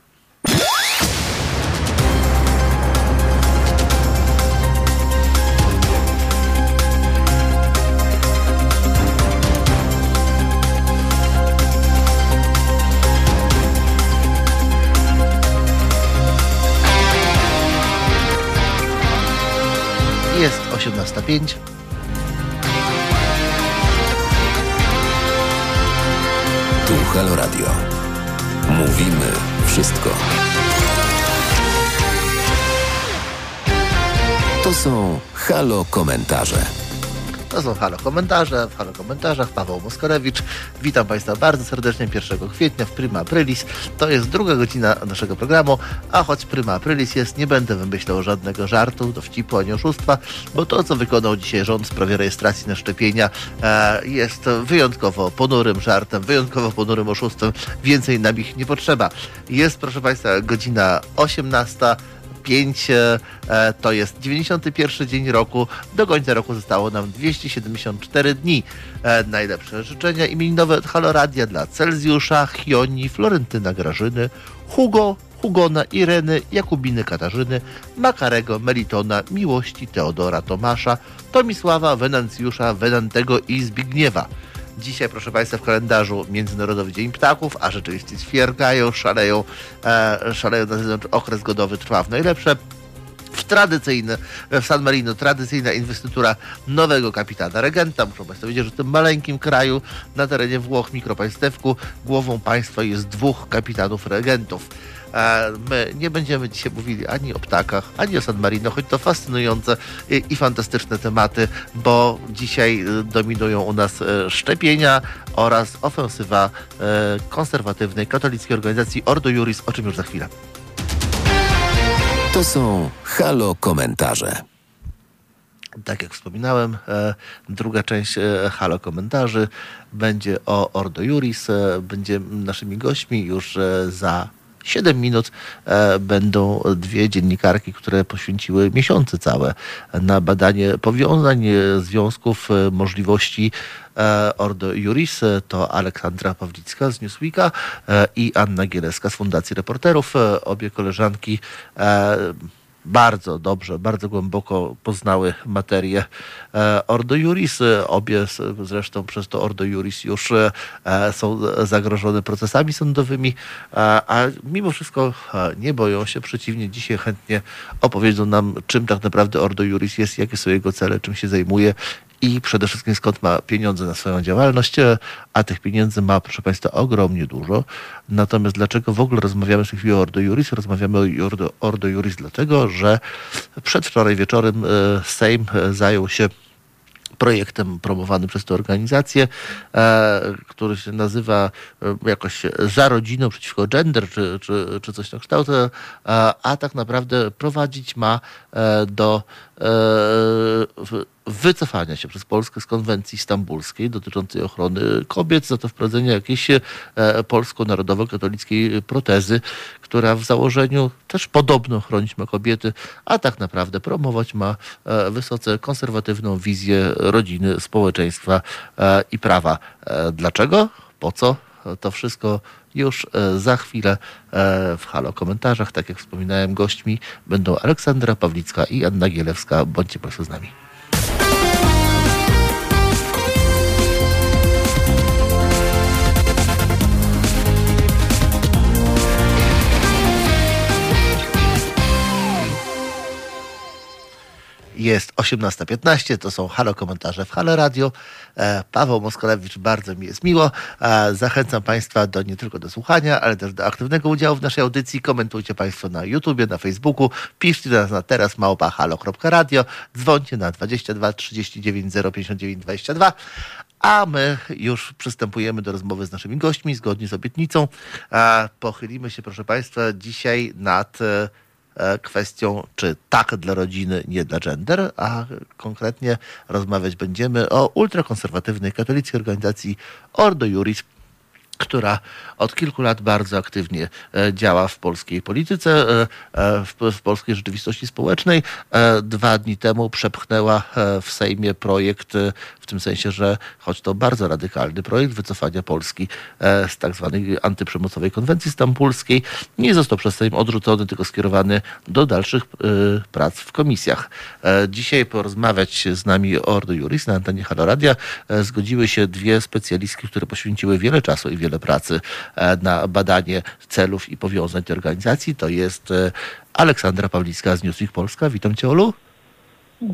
Jest 18:05. Tu Halo Radio. Mówimy wszystko. To są Halo Komentarze. To są Halo Komentarze. W Halo Komentarzach Paweł Moskorewicz. Witam Państwa bardzo serdecznie 1 kwietnia w Prima Aprilis. To jest druga godzina naszego programu, a choć Prima Aprilis jest, nie będę wymyślał żadnego żartu, dowcipu ani oszustwa, bo to, co wykonał dzisiaj rząd w sprawie rejestracji na szczepienia, jest wyjątkowo ponurym żartem, wyjątkowo ponurym oszustwem. Więcej nam ich nie potrzeba. Jest, proszę Państwa, godzina 18:05, to jest 91 dzień roku. Do końca roku zostało nam 274 dni. Najlepsze życzenia imieninowe od Halo Radia dla Celsjusza, Chioni, Florentyna, Grażyny, Hugo, Hugona, Ireny, Jakubiny, Katarzyny, Makarego, Melitona, Miłości, Teodora, Tomasza, Tomisława, Wenancjusza, Wenantego i Zbigniewa. Dzisiaj, proszę Państwa, w kalendarzu Międzynarodowy Dzień Ptaków, a rzeczywiście ćwierkają, szaleją na zewnątrz. Okres godowy trwa w najlepsze. W San Marino tradycyjna inwestytura nowego kapitana regenta. Muszą Państwo wiedzieć, że w tym maleńkim kraju na terenie Włoch, mikropaństewku, głową państwa jest 2 kapitanów regentów. My nie będziemy dzisiaj mówili ani o ptakach, ani o San Marino, choć to fascynujące i fantastyczne tematy, bo dzisiaj dominują u nas szczepienia oraz ofensywa konserwatywnej katolickiej organizacji Ordo Iuris, o czym już za chwilę. To są Halo Komentarze. Tak jak wspominałem, druga część Halo Komentarzy będzie o Ordo Iuris. Będzie naszymi gośćmi już za 7 minut będą 2 dziennikarki, które poświęciły miesiące całe na badanie powiązań, związków, możliwości Ordo Iuris. To Aleksandra Pawlicka z Newsweeka i Anna Gieleska z Fundacji Reporterów. Obie koleżanki bardzo dobrze, bardzo głęboko poznały materię Ordo Iuris. Obie zresztą przez to Ordo Iuris już są zagrożone procesami sądowymi, a mimo wszystko nie boją się. Przeciwnie, dzisiaj chętnie opowiedzą nam, czym tak naprawdę Ordo Iuris jest, jakie są jego cele, czym się zajmuje i przede wszystkim skąd ma pieniądze na swoją działalność, a tych pieniędzy ma, proszę Państwa, ogromnie dużo. Natomiast dlaczego w ogóle rozmawiamy w tej chwili o Ordo Iuris? Rozmawiamy o Ordo Iuris dlatego, że przedwczoraj wieczorem Sejm zajął się projektem promowanym przez tę organizację, który się nazywa jakoś Za rodziną przeciwko gender, czy coś na kształt, a tak naprawdę prowadzić ma do wycofania się przez Polskę z konwencji stambulskiej dotyczącej ochrony kobiet, za to wprowadzenie jakiejś polsko-narodowo-katolickiej protezy, która w założeniu też podobno chronić ma kobiety, a tak naprawdę promować ma wysoce konserwatywną wizję rodziny, społeczeństwa i prawa. Dlaczego? Po co? To wszystko już za chwilę w Halo Komentarzach. Tak jak wspominałem, gośćmi będą Aleksandra Pawlicka i Anna Gielewska. Bądźcie Państwo z nami. Jest 18:15, to są Halo Komentarze w Halo Radio. Paweł Moskorewicz, bardzo mi jest miło. Zachęcam Państwa nie tylko do słuchania, ale też do aktywnego udziału w naszej audycji. Komentujcie Państwo na YouTubie, na Facebooku, piszcie do nas na teraz @halo.radio, dzwońcie na 22 39 059 22. A my już przystępujemy do rozmowy z naszymi gośćmi, zgodnie z obietnicą. Pochylimy się, proszę Państwa, dzisiaj nad kwestią, czy tak dla rodziny, nie dla gender, a konkretnie rozmawiać będziemy o ultrakonserwatywnej katolickiej organizacji Ordo Iuris, która od kilku lat bardzo aktywnie działa w polskiej polityce, w polskiej rzeczywistości społecznej. 2 dni temu przepchnęła w Sejmie projekt, w tym sensie, że choć to bardzo radykalny projekt wycofania Polski z tak zwanej antyprzemocowej konwencji stambulskiej, nie został przez Sejm odrzucony, tylko skierowany do dalszych prac w komisjach. Dzisiaj porozmawiać z nami o Ordo Iuris na antenie Halo Radia zgodziły się 2 specjalistki, które poświęciły wiele czasu i wiele pracy na badanie celów i powiązań tej organizacji. To jest Aleksandra Pawlicka z Newsweek Polska. Witam Cię, Olu.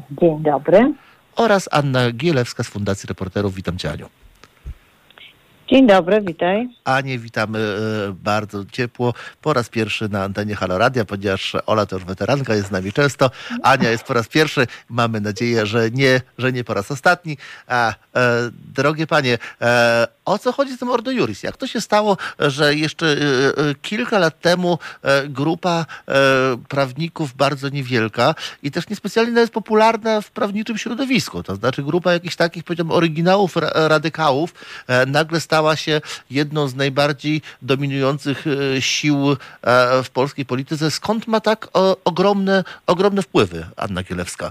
Dzień dobry. Oraz Anna Gielewska z Fundacji Reporterów. Witam Cię, Aniu. Dzień dobry, witaj. Anię witamy bardzo ciepło. Po raz pierwszy na antenie Halo Radia, ponieważ Ola to już weteranka, jest z nami często. Ania jest po raz pierwszy. Mamy nadzieję, że nie po raz ostatni. Drogie panie, o co chodzi z tym Ordo Iuris? Jak to się stało, że jeszcze kilka lat temu grupa prawników bardzo niewielka i też niespecjalnie nawet popularna w prawniczym środowisku, to znaczy grupa jakichś takich, powiedziałbym, oryginałów, radykałów, nagle stała się jedną z najbardziej dominujących sił w polskiej polityce. Skąd ma tak ogromne wpływy Anna Kielewska?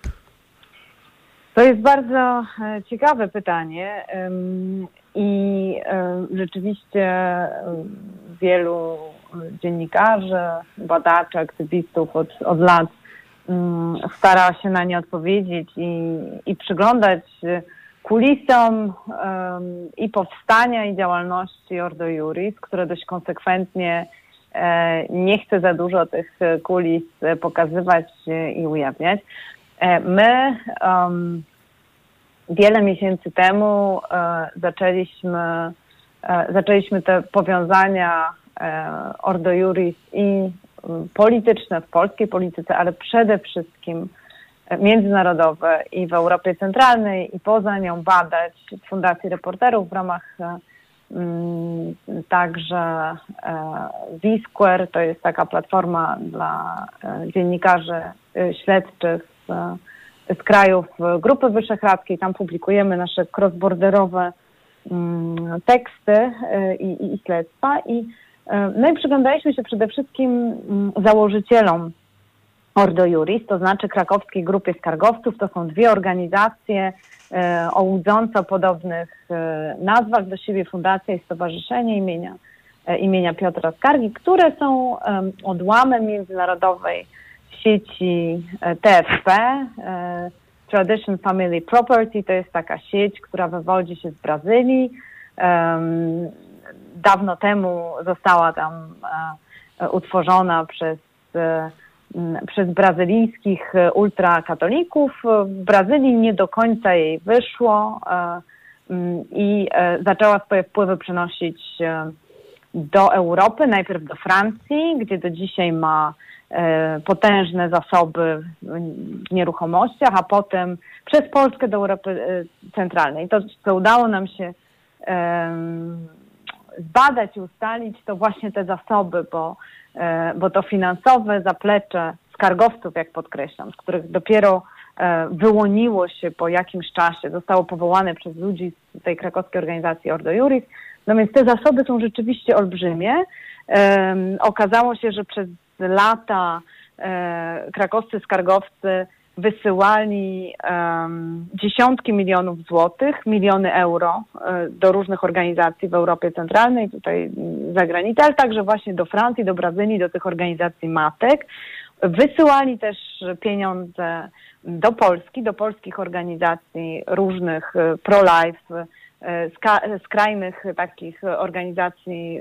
To jest bardzo ciekawe pytanie i rzeczywiście wielu dziennikarzy, badaczy, aktywistów od lat stara się na nie odpowiedzieć i przyglądać kulisom i powstania i działalności Ordo Iuris, które dość konsekwentnie nie chce za dużo tych kulis pokazywać i ujawniać. My wiele miesięcy temu zaczęliśmy te powiązania Ordo Iuris i polityczne w polskiej polityce, ale przede wszystkim międzynarodowe i w Europie Centralnej i poza nią badać w Fundacji Reporterów w ramach także V-Square, to jest taka platforma dla dziennikarzy śledczych z krajów Grupy Wyszehradzkiej. Tam publikujemy nasze cross-borderowe teksty i śledztwa. No i przyglądaliśmy się przede wszystkim założycielom Ordo Iuris, to znaczy Krakowskiej Grupie Skargowców. To są dwie organizacje o łudząco podobnych nazwach do siebie, Fundacja i Stowarzyszenie imienia Piotra Skargi, które są odłamem międzynarodowej sieci TFP, Tradition Family Property. To jest taka sieć, która wywodzi się z Brazylii. Dawno temu została tam utworzona przez brazylijskich ultrakatolików. W Brazylii nie do końca jej wyszło i zaczęła swoje wpływy przenosić do Europy, najpierw do Francji, gdzie do dzisiaj ma potężne zasoby w nieruchomościach, a potem przez Polskę do Europy Centralnej. To, co udało nam się zbadać i ustalić, to właśnie te zasoby, bo to finansowe zaplecze skargowców, jak podkreślam, z których dopiero wyłoniło się po jakimś czasie, zostało powołane przez ludzi z tej krakowskiej organizacji Ordo Iuris. No więc te zasoby są rzeczywiście olbrzymie. Okazało się, że przez lata krakowscy skargowcy wysyłali dziesiątki milionów złotych, miliony euro do różnych organizacji w Europie Centralnej, tutaj za granicę, ale także właśnie do Francji, do Brazylii, do tych organizacji matek. Wysyłali też pieniądze do Polski, do polskich organizacji różnych pro-life, skrajnych takich organizacji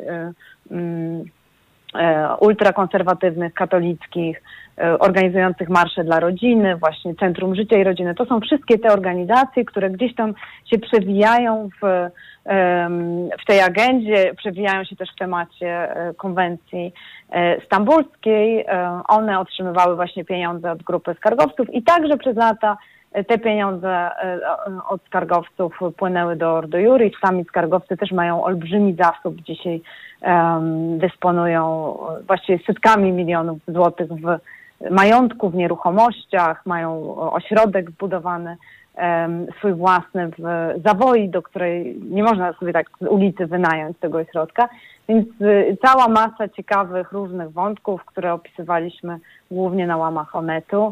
ultrakonserwatywnych, katolickich, organizujących marsze dla rodziny, właśnie Centrum Życia i Rodziny. To są wszystkie te organizacje, które gdzieś tam się przewijają w tej agendzie, przewijają się też w temacie konwencji stambulskiej. One otrzymywały właśnie pieniądze od grupy skargowców i także przez lata te pieniądze od skargowców płynęły do Ordo Iuris. Sami skargowcy też mają olbrzymi zasób. Dzisiaj dysponują właściwie setkami milionów złotych w majątku, w nieruchomościach. Mają ośrodek zbudowany swój własny w Zawoi, do której nie można sobie tak z ulicy wynająć tego ośrodka. Więc cała masa ciekawych różnych wątków, które opisywaliśmy głównie na łamach Onetu.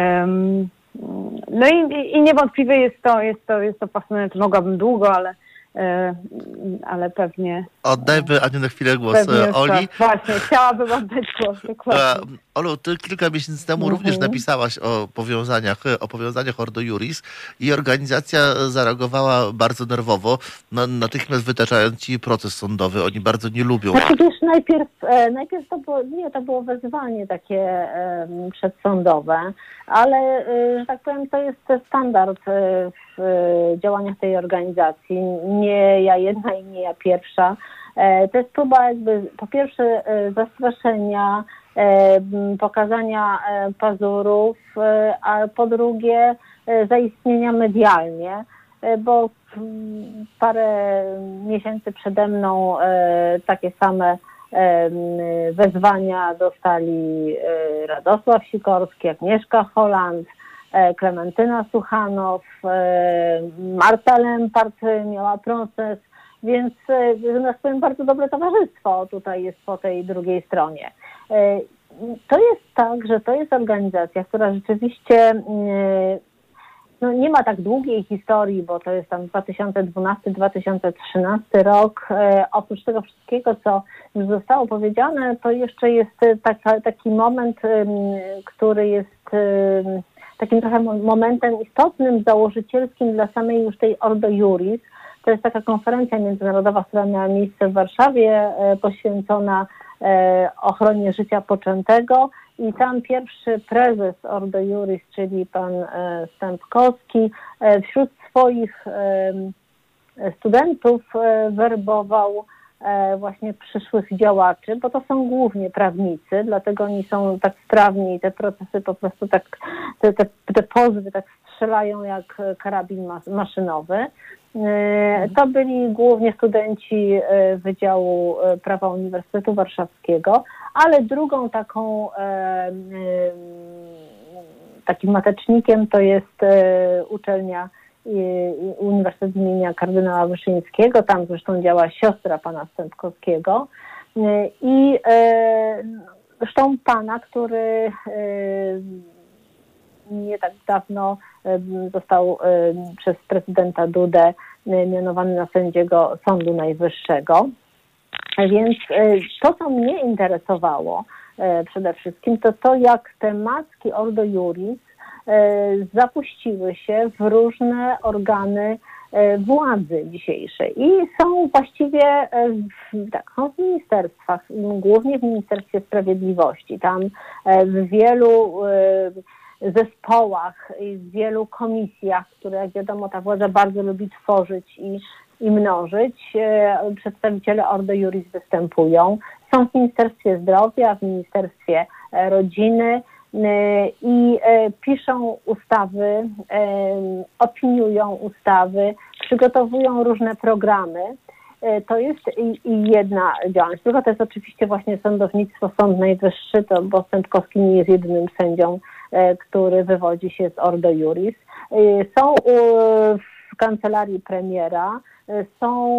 No i niewątpliwie jest to fascynujące. Mogłabym długo, ale pewnie... Oddajmy, Aniu, na chwilę głos Oli. Właśnie, chciałabym oddać głos, dokładnie. Olu, ty kilka miesięcy temu również napisałaś o powiązaniach Ordo Iuris i organizacja zareagowała bardzo nerwowo, natychmiast wytaczając ci proces sądowy. Oni bardzo nie lubią. Znaczy wiesz, najpierw to było wezwanie takie przedsądowe, ale, że tak powiem, to jest standard w działaniach tej organizacji. Nie ja jedna i nie ja pierwsza. To jest próba jakby po pierwsze zastraszenia, pokazania pazurów, a po drugie zaistnienia medialnie, bo parę miesięcy przede mną takie same wezwania dostali Radosław Sikorski, Agnieszka Holland, Klementyna Suchanow, Marta Lempart miała proces, więc że tak powiem, bardzo dobre towarzystwo tutaj jest po tej drugiej stronie. To jest tak, że to jest organizacja, która rzeczywiście nie ma tak długiej historii, bo to jest tam 2012-2013 rok. Oprócz tego wszystkiego, co już zostało powiedziane, to jeszcze jest taki moment, który jest takim trochę momentem istotnym, założycielskim dla samej już tej Ordo Iuris. To jest taka konferencja międzynarodowa, która miała miejsce w Warszawie, poświęcona ochronie życia poczętego. I tam pierwszy prezes Ordo Iuris, czyli pan Stępkowski, wśród swoich studentów werbował właśnie przyszłych działaczy, bo to są głównie prawnicy, dlatego oni są tak sprawni i te procesy po prostu tak, te pozwy tak strzelają jak karabin maszynowy. To byli głównie studenci Wydziału Prawa Uniwersytetu Warszawskiego, ale drugą takim matecznikiem to jest uczelnia Uniwersytet imienia kardynała Wyszyńskiego, tam zresztą działa siostra pana Stępkowskiego i zresztą pana, który nie tak dawno został przez prezydenta Dudę mianowany na sędziego Sądu Najwyższego. Więc to, co mnie interesowało przede wszystkim, to jak te macki Ordo Iuris zapuściły się w różne organy władzy dzisiejszej i są właściwie są w ministerstwach, głównie w Ministerstwie Sprawiedliwości. Tam w wielu zespołach i w wielu komisjach, które jak wiadomo ta władza bardzo lubi tworzyć i mnożyć, przedstawiciele Ordo Iuris występują. Są w Ministerstwie Zdrowia, w Ministerstwie Rodziny i piszą ustawy, opiniują ustawy, przygotowują różne programy. To jest jedna działalność. Druga to jest oczywiście właśnie sądownictwo, Sąd Najwyższy, bo Stępkowski nie jest jedynym sędzią, który wywodzi się z Ordo Iuris. Są w kancelarii premiera, są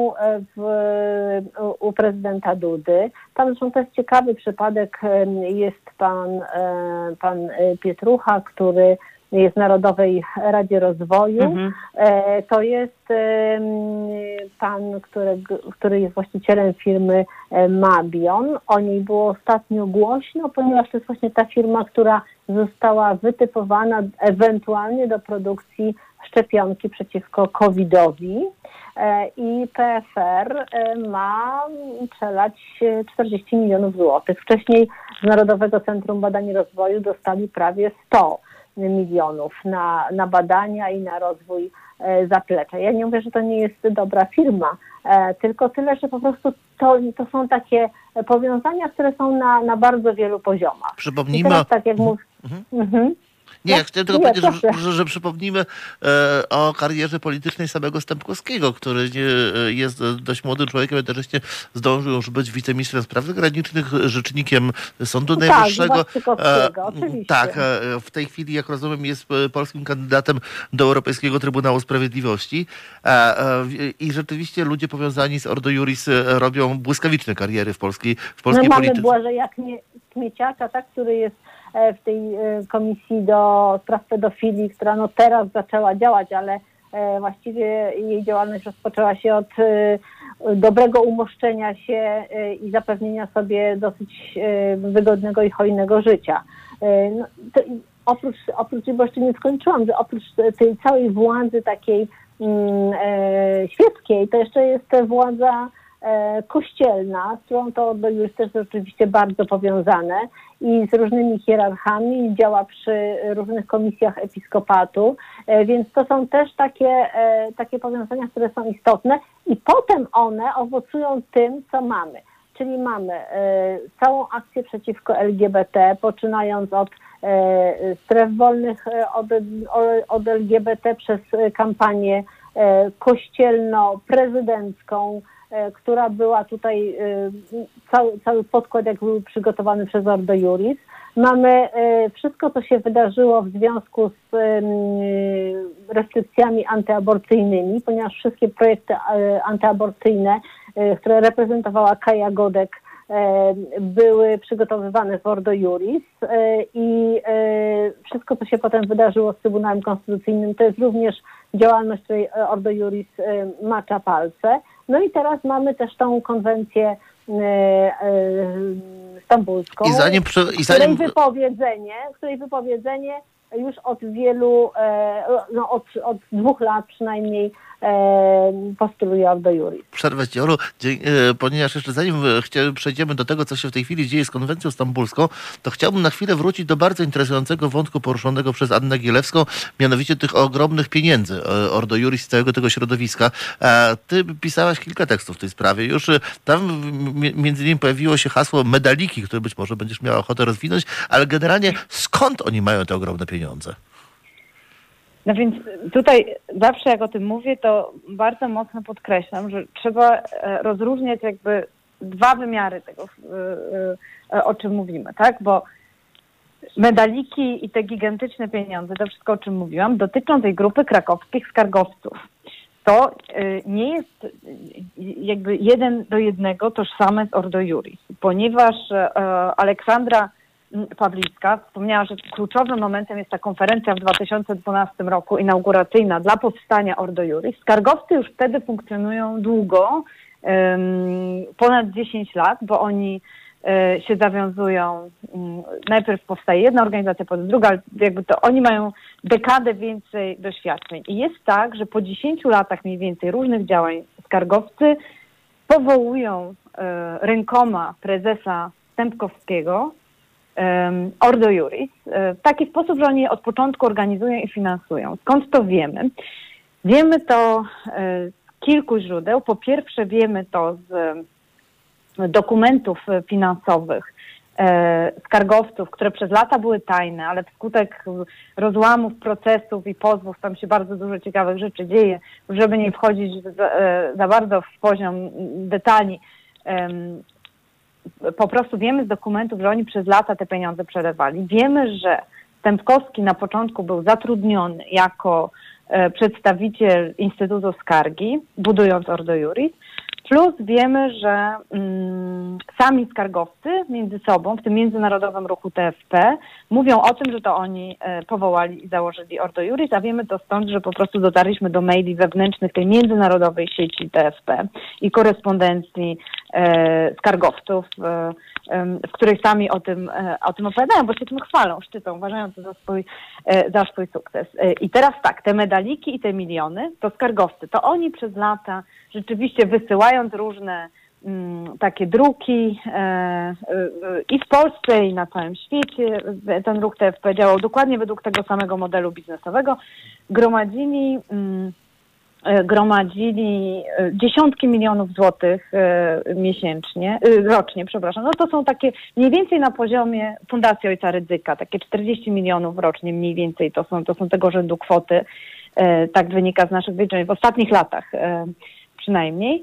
u prezydenta Dudy. Tam zresztą to jest ciekawy przypadek, jest pan Pietrucha, który jest w Narodowej Radzie Rozwoju. To jest pan, który jest właścicielem firmy Mabion. O niej było ostatnio głośno, ponieważ to jest właśnie ta firma, która została wytypowana ewentualnie do produkcji szczepionki przeciwko COVID-owi i PFR ma przelać 40 milionów złotych. Wcześniej z Narodowego Centrum Badań i Rozwoju dostali prawie 100 milionów na badania i na rozwój zaplecza. Ja nie mówię, że to nie jest dobra firma, tylko tyle, że po prostu to są takie powiązania, które są na bardzo wielu poziomach. Przypomnijmy. Teraz, tak jak Nie, ja chciałem tylko powiedzieć, że przypomnimy o karierze politycznej samego Stępkowskiego, który jest dość młodym człowiekiem, jednocześnie zdążył już być wiceministrem spraw zagranicznych, rzecznikiem Sądu Najwyższego. Oczywiście. Tak, w tej chwili, jak rozumiem, jest polskim kandydatem do Europejskiego Trybunału Sprawiedliwości. I rzeczywiście ludzie powiązani z Ordo Iuris robią błyskawiczne kariery w polskiej polityce. Mamy Błażeja Kmieciaka, który jest w tej komisji do spraw pedofilii, która teraz zaczęła działać, ale właściwie jej działalność rozpoczęła się od dobrego umoszczenia się i zapewnienia sobie dosyć wygodnego i hojnego życia. Oprócz, bo jeszcze nie skończyłam, że oprócz tej całej władzy takiej świeckiej, to jeszcze jest władza kościelna, z którą to Ordo Iuris też jest oczywiście bardzo powiązane i z różnymi hierarchami, działa przy różnych komisjach episkopatu, więc to są też takie powiązania, które są istotne i potem one owocują tym, co mamy. Czyli mamy całą akcję przeciwko LGBT, poczynając od stref wolnych od LGBT przez kampanię kościelno-prezydencką, która była tutaj, cały podkład jak był przygotowany przez Ordo Iuris. Mamy wszystko, co się wydarzyło w związku z restrykcjami antyaborcyjnymi, ponieważ wszystkie projekty antyaborcyjne, które reprezentowała Kaja Godek, były przygotowywane w Ordo Iuris i wszystko, co się potem wydarzyło z Trybunałem Konstytucyjnym, to jest również działalność, której Ordo Iuris macza palce. No i teraz mamy też tą konwencję stambulską, której wypowiedzenie już od wielu, od 2 lat przynajmniej postuluje Ordo Iuris. Przerwę ci, Olu, ponieważ jeszcze zanim przejdziemy do tego, co się w tej chwili dzieje z konwencją stambulską, to chciałbym na chwilę wrócić do bardzo interesującego wątku poruszonego przez Annę Gielewską, mianowicie tych ogromnych pieniędzy Ordo Iuris z całego tego środowiska. Ty pisałaś kilka tekstów w tej sprawie. Już tam między innymi pojawiło się hasło medaliki, które być może będziesz miała ochotę rozwinąć, ale generalnie skąd oni mają te ogromne pieniądze? No więc tutaj zawsze jak o tym mówię, to bardzo mocno podkreślam, że trzeba rozróżniać jakby 2 wymiary tego, o czym mówimy, tak? Bo medaliki i te gigantyczne pieniądze, to wszystko, o czym mówiłam, dotyczą tej grupy krakowskich skargowców. To nie jest jakby 1 do 1 tożsame z Ordo Iuris, ponieważ Aleksandra Pawlicka wspomniała, że kluczowym momentem jest ta konferencja w 2012 roku inauguracyjna dla powstania Ordo Iuris. Skargowcy już wtedy funkcjonują długo, ponad 10 lat, bo oni się zawiązują. Najpierw powstaje jedna organizacja, potem druga, ale jakby to oni mają dekadę więcej doświadczeń. I jest tak, że po 10 latach mniej więcej różnych działań skargowcy powołują rękoma prezesa Stępkowskiego Ordo Iuris w taki sposób, że oni je od początku organizują i finansują. Skąd to wiemy? Wiemy to z kilku źródeł. Po pierwsze wiemy to z dokumentów finansowych skargowców, które przez lata były tajne, ale wskutek rozłamów, procesów i pozwów tam się bardzo dużo ciekawych rzeczy dzieje. Żeby nie wchodzić za bardzo w poziom detali, po prostu wiemy z dokumentów, że oni przez lata te pieniądze przelewali. Wiemy, że Stępkowski na początku był zatrudniony jako przedstawiciel Instytutu Skargi, budując Ordo Iuris. Plus wiemy, że sami skargowcy między sobą, w tym międzynarodowym ruchu TFP, mówią o tym, że to oni powołali i założyli Ordo Iuris, a wiemy to stąd, że po prostu dotarliśmy do maili wewnętrznych tej międzynarodowej sieci TFP i korespondencji skargowców, w której sami o tym opowiadają, bo się tym chwalą, szczycą, uważają to za swój sukces. I teraz tak, te medaliki i te miliony to skargowcy, to oni przez lata rzeczywiście wysyłając różne takie druki i w Polsce, i na całym świecie, ten ruch TFP działał dokładnie według tego samego modelu biznesowego, gromadzili dziesiątki milionów złotych rocznie, przepraszam. No to są takie mniej więcej na poziomie Fundacji Ojca Rydzyka, takie 40 milionów rocznie mniej więcej to są tego rzędu kwoty, tak wynika z naszych wyliczeń w ostatnich latach przynajmniej.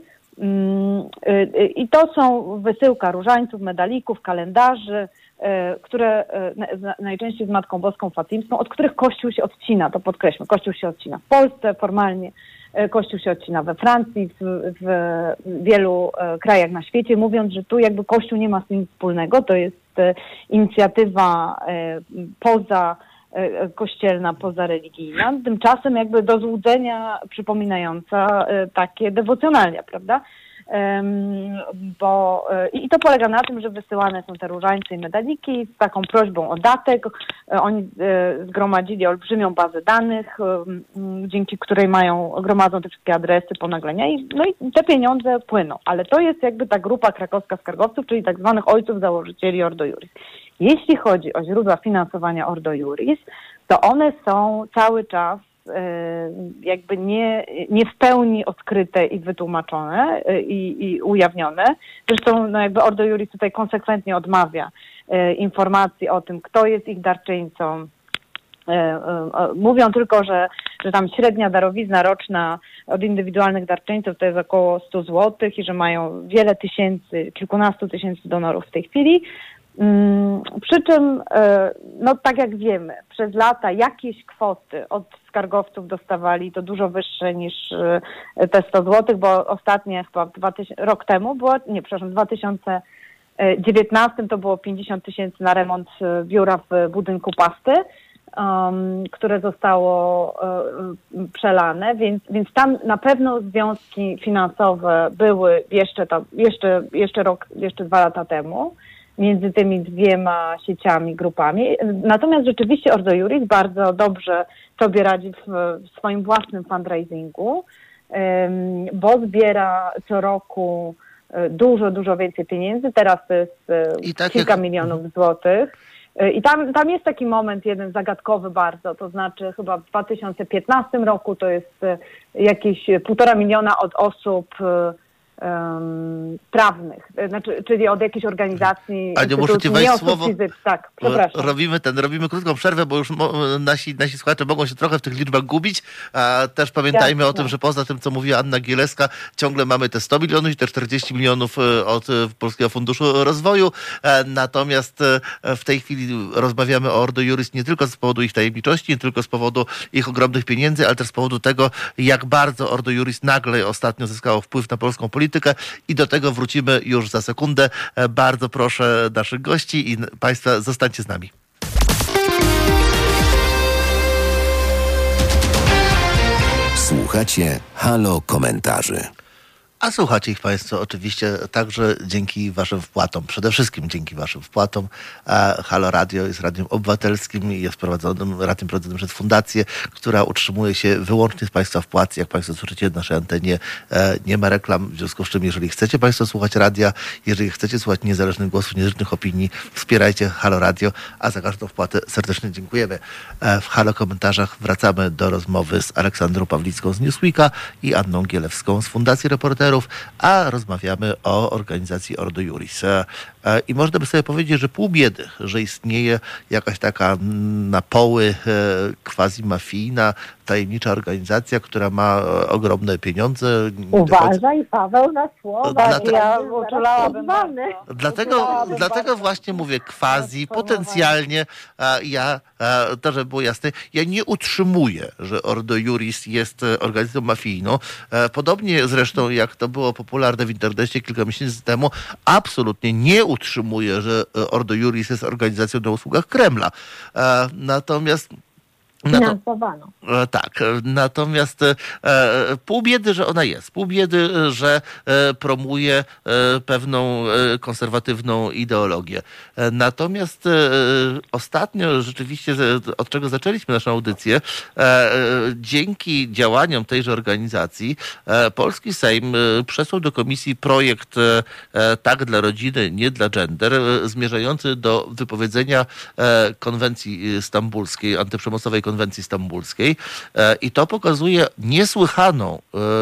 I to są wysyłka różańców, medalików, kalendarzy, które najczęściej z Matką Boską Fatimską, od których Kościół się odcina, to podkreślmy. Kościół się odcina w Polsce formalnie, Kościół się odcina we Francji, w wielu krajach na świecie, mówiąc, że tu jakby Kościół nie ma z tym nic wspólnego, to jest inicjatywa poza kościelna, pozareligijna, tymczasem jakby do złudzenia przypominająca takie dewocjonalia, prawda? I to polega na tym, że wysyłane są te różańce i medaliki z taką prośbą o datek. Oni zgromadzili olbrzymią bazę danych, dzięki której gromadzą te wszystkie adresy, ponaglenia i te pieniądze płyną. Ale to jest jakby ta grupa krakowska skargowców, czyli tak zwanych ojców założycieli Ordo Iuris. Jeśli chodzi o źródła finansowania Ordo Iuris, to one są cały czas jakby nie w pełni odkryte i wytłumaczone i ujawnione. Zresztą jakby Ordo Iuris tutaj konsekwentnie odmawia informacji o tym, kto jest ich darczyńcą. Mówią tylko, że tam średnia darowizna roczna od indywidualnych darczyńców to jest około 100 zł i że mają wiele tysięcy, kilkunastu tysięcy donorów w tej chwili. Przy czym, tak jak wiemy, przez lata jakieś kwoty od skargowców dostawali, to dużo wyższe niż te 100 zł, bo ostatnie chyba rok temu było, w 2019 to było 50 tysięcy na remont biura w budynku Pasty, które zostało przelane, więc tam na pewno związki finansowe były jeszcze 2 lata temu między tymi dwiema sieciami, grupami. Natomiast rzeczywiście Ordo Iuris bardzo dobrze sobie radzi w swoim własnym fundraisingu, bo zbiera co roku dużo więcej pieniędzy. Teraz to jest kilka milionów złotych. I tam jest taki moment jeden zagadkowy bardzo, to znaczy chyba w 2015 roku to jest jakieś 1,5 miliona od osób prawnych, czyli od jakiejś organizacji, Aniu, muszę ci wejść słowo. Tak, przepraszam. Robimy krótką przerwę, bo już nasi słuchacze mogą się trochę w tych liczbach gubić. A też pamiętajmy o tym, że poza tym, co mówiła Anna Gieleska, ciągle mamy te 100 milionów i te 40 milionów od Polskiego Funduszu Rozwoju. Natomiast w tej chwili rozmawiamy o Ordo Iuris nie tylko z powodu ich tajemniczości, nie tylko z powodu ich ogromnych pieniędzy, ale też z powodu tego, jak bardzo Ordo Iuris nagle ostatnio zyskało wpływ na polską politykę i do tego wrócimy już za sekundę. Bardzo proszę naszych gości i Państwa, zostańcie z nami. Słuchacie Halo Komentarzy. A słuchacie ich Państwo oczywiście także dzięki Waszym wpłatom. Przede wszystkim dzięki Waszym wpłatom. Halo Radio jest radiem obywatelskim i jest radiem prowadzonym przez fundację, która utrzymuje się wyłącznie z Państwa wpłat. Jak Państwo słyszycie, w naszej antenie nie ma reklam, w związku z czym jeżeli chcecie Państwo słuchać radia, jeżeli chcecie słuchać niezależnych głosów, niezależnych opinii, wspierajcie Halo Radio, a za każdą wpłatę serdecznie dziękujemy. W Halo Komentarzach wracamy do rozmowy z Aleksandrą Pawlicką z Newsweeka i Anną Gielewską z Fundacji Reporterów, a rozmawiamy o organizacji Ordo Iuris. I można by sobie powiedzieć, że pół biedy, że istnieje jakaś taka na poły quasi-mafijna, tajemnicza organizacja, która ma ogromne pieniądze. Uważaj, Paweł, na słowa. Ja uczulałabym. Dlatego właśnie mówię quasi, potencjalnie. To żeby było jasne, ja nie utrzymuję, że Ordo Iuris jest organizacją mafijną. Podobnie zresztą, jak to było popularne w internecie kilka miesięcy temu, absolutnie nie utrzymuję, że Ordo Iuris jest organizacją na usługach Kremla. Natomiast Finansowano. Tak, natomiast pół biedy, że ona jest. Pół biedy, że promuje pewną konserwatywną ideologię. Natomiast ostatnio rzeczywiście, od czego zaczęliśmy naszą audycję, dzięki działaniom tejże organizacji polski Sejm przesłał do komisji projekt Tak dla rodziny, nie dla gender, zmierzający do wypowiedzenia konwencji stambulskiej, antyprzemocowej konwencji stambulskiej, i to pokazuje niesłychaną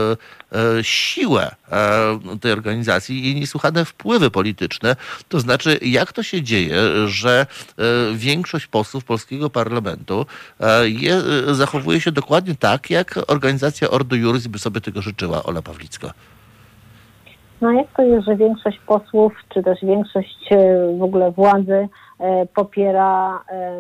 siłę tej organizacji i niesłychane wpływy polityczne. To znaczy, jak to się dzieje, że większość posłów polskiego parlamentu zachowuje się dokładnie tak, jak organizacja Ordo Iuris by sobie tego życzyła. Ola Pawlicka. No jak to jest, że większość posłów, czy też większość w ogóle władzy popiera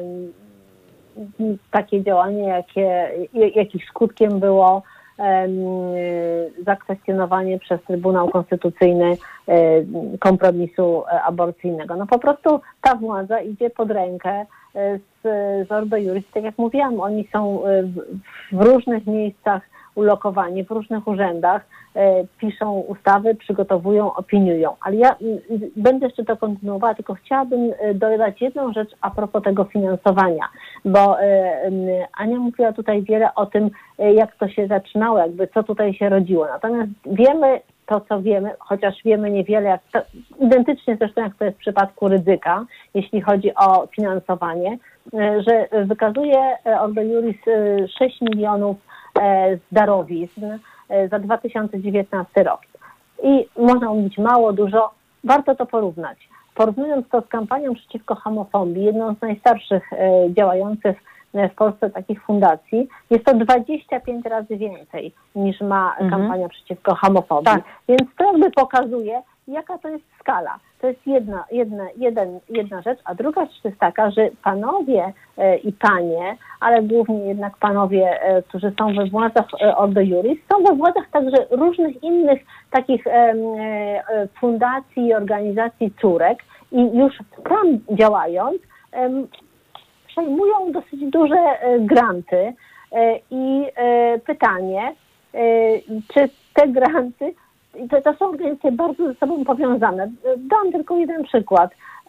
takie działanie, jakich skutkiem było zakwestionowanie przez Trybunał Konstytucyjny kompromisu aborcyjnego. No po prostu ta władza idzie pod rękę z Ordo Iuris. Tak jak mówiłam, oni są w różnych miejscach ulokowani w różnych urzędach, piszą ustawy, przygotowują, opiniują. Ale ja będę jeszcze to kontynuowała, tylko chciałabym dodać jedną rzecz a propos tego finansowania, bo Ania mówiła tutaj wiele o tym, jak to się zaczynało, jakby co tutaj się rodziło. Natomiast wiemy to, co wiemy, chociaż wiemy niewiele, identycznie zresztą jak to jest w przypadku Rydzyka, jeśli chodzi o finansowanie, że wykazuje Ordo Iuris 6 milionów z darowizn za 2019 rok. I można mówić mało, dużo, warto to porównać. Porównując to z kampanią przeciwko homofobii, jedną z najstarszych działających w Polsce takich fundacji, jest to 25 razy więcej niż ma kampania przeciwko homofobii. Tak. Więc to jakby pokazuje, jaka to jest skala. To jest jedna rzecz, a druga rzecz jest taka, że panowie i panie, ale głównie jednak panowie, którzy są we władzach Ordo Iuris, są we władzach także różnych innych takich fundacji i organizacji córek i już tam działając przejmują dosyć duże granty i pytanie, czy te granty, to są organizacje bardzo ze sobą powiązane. Dam tylko jeden przykład.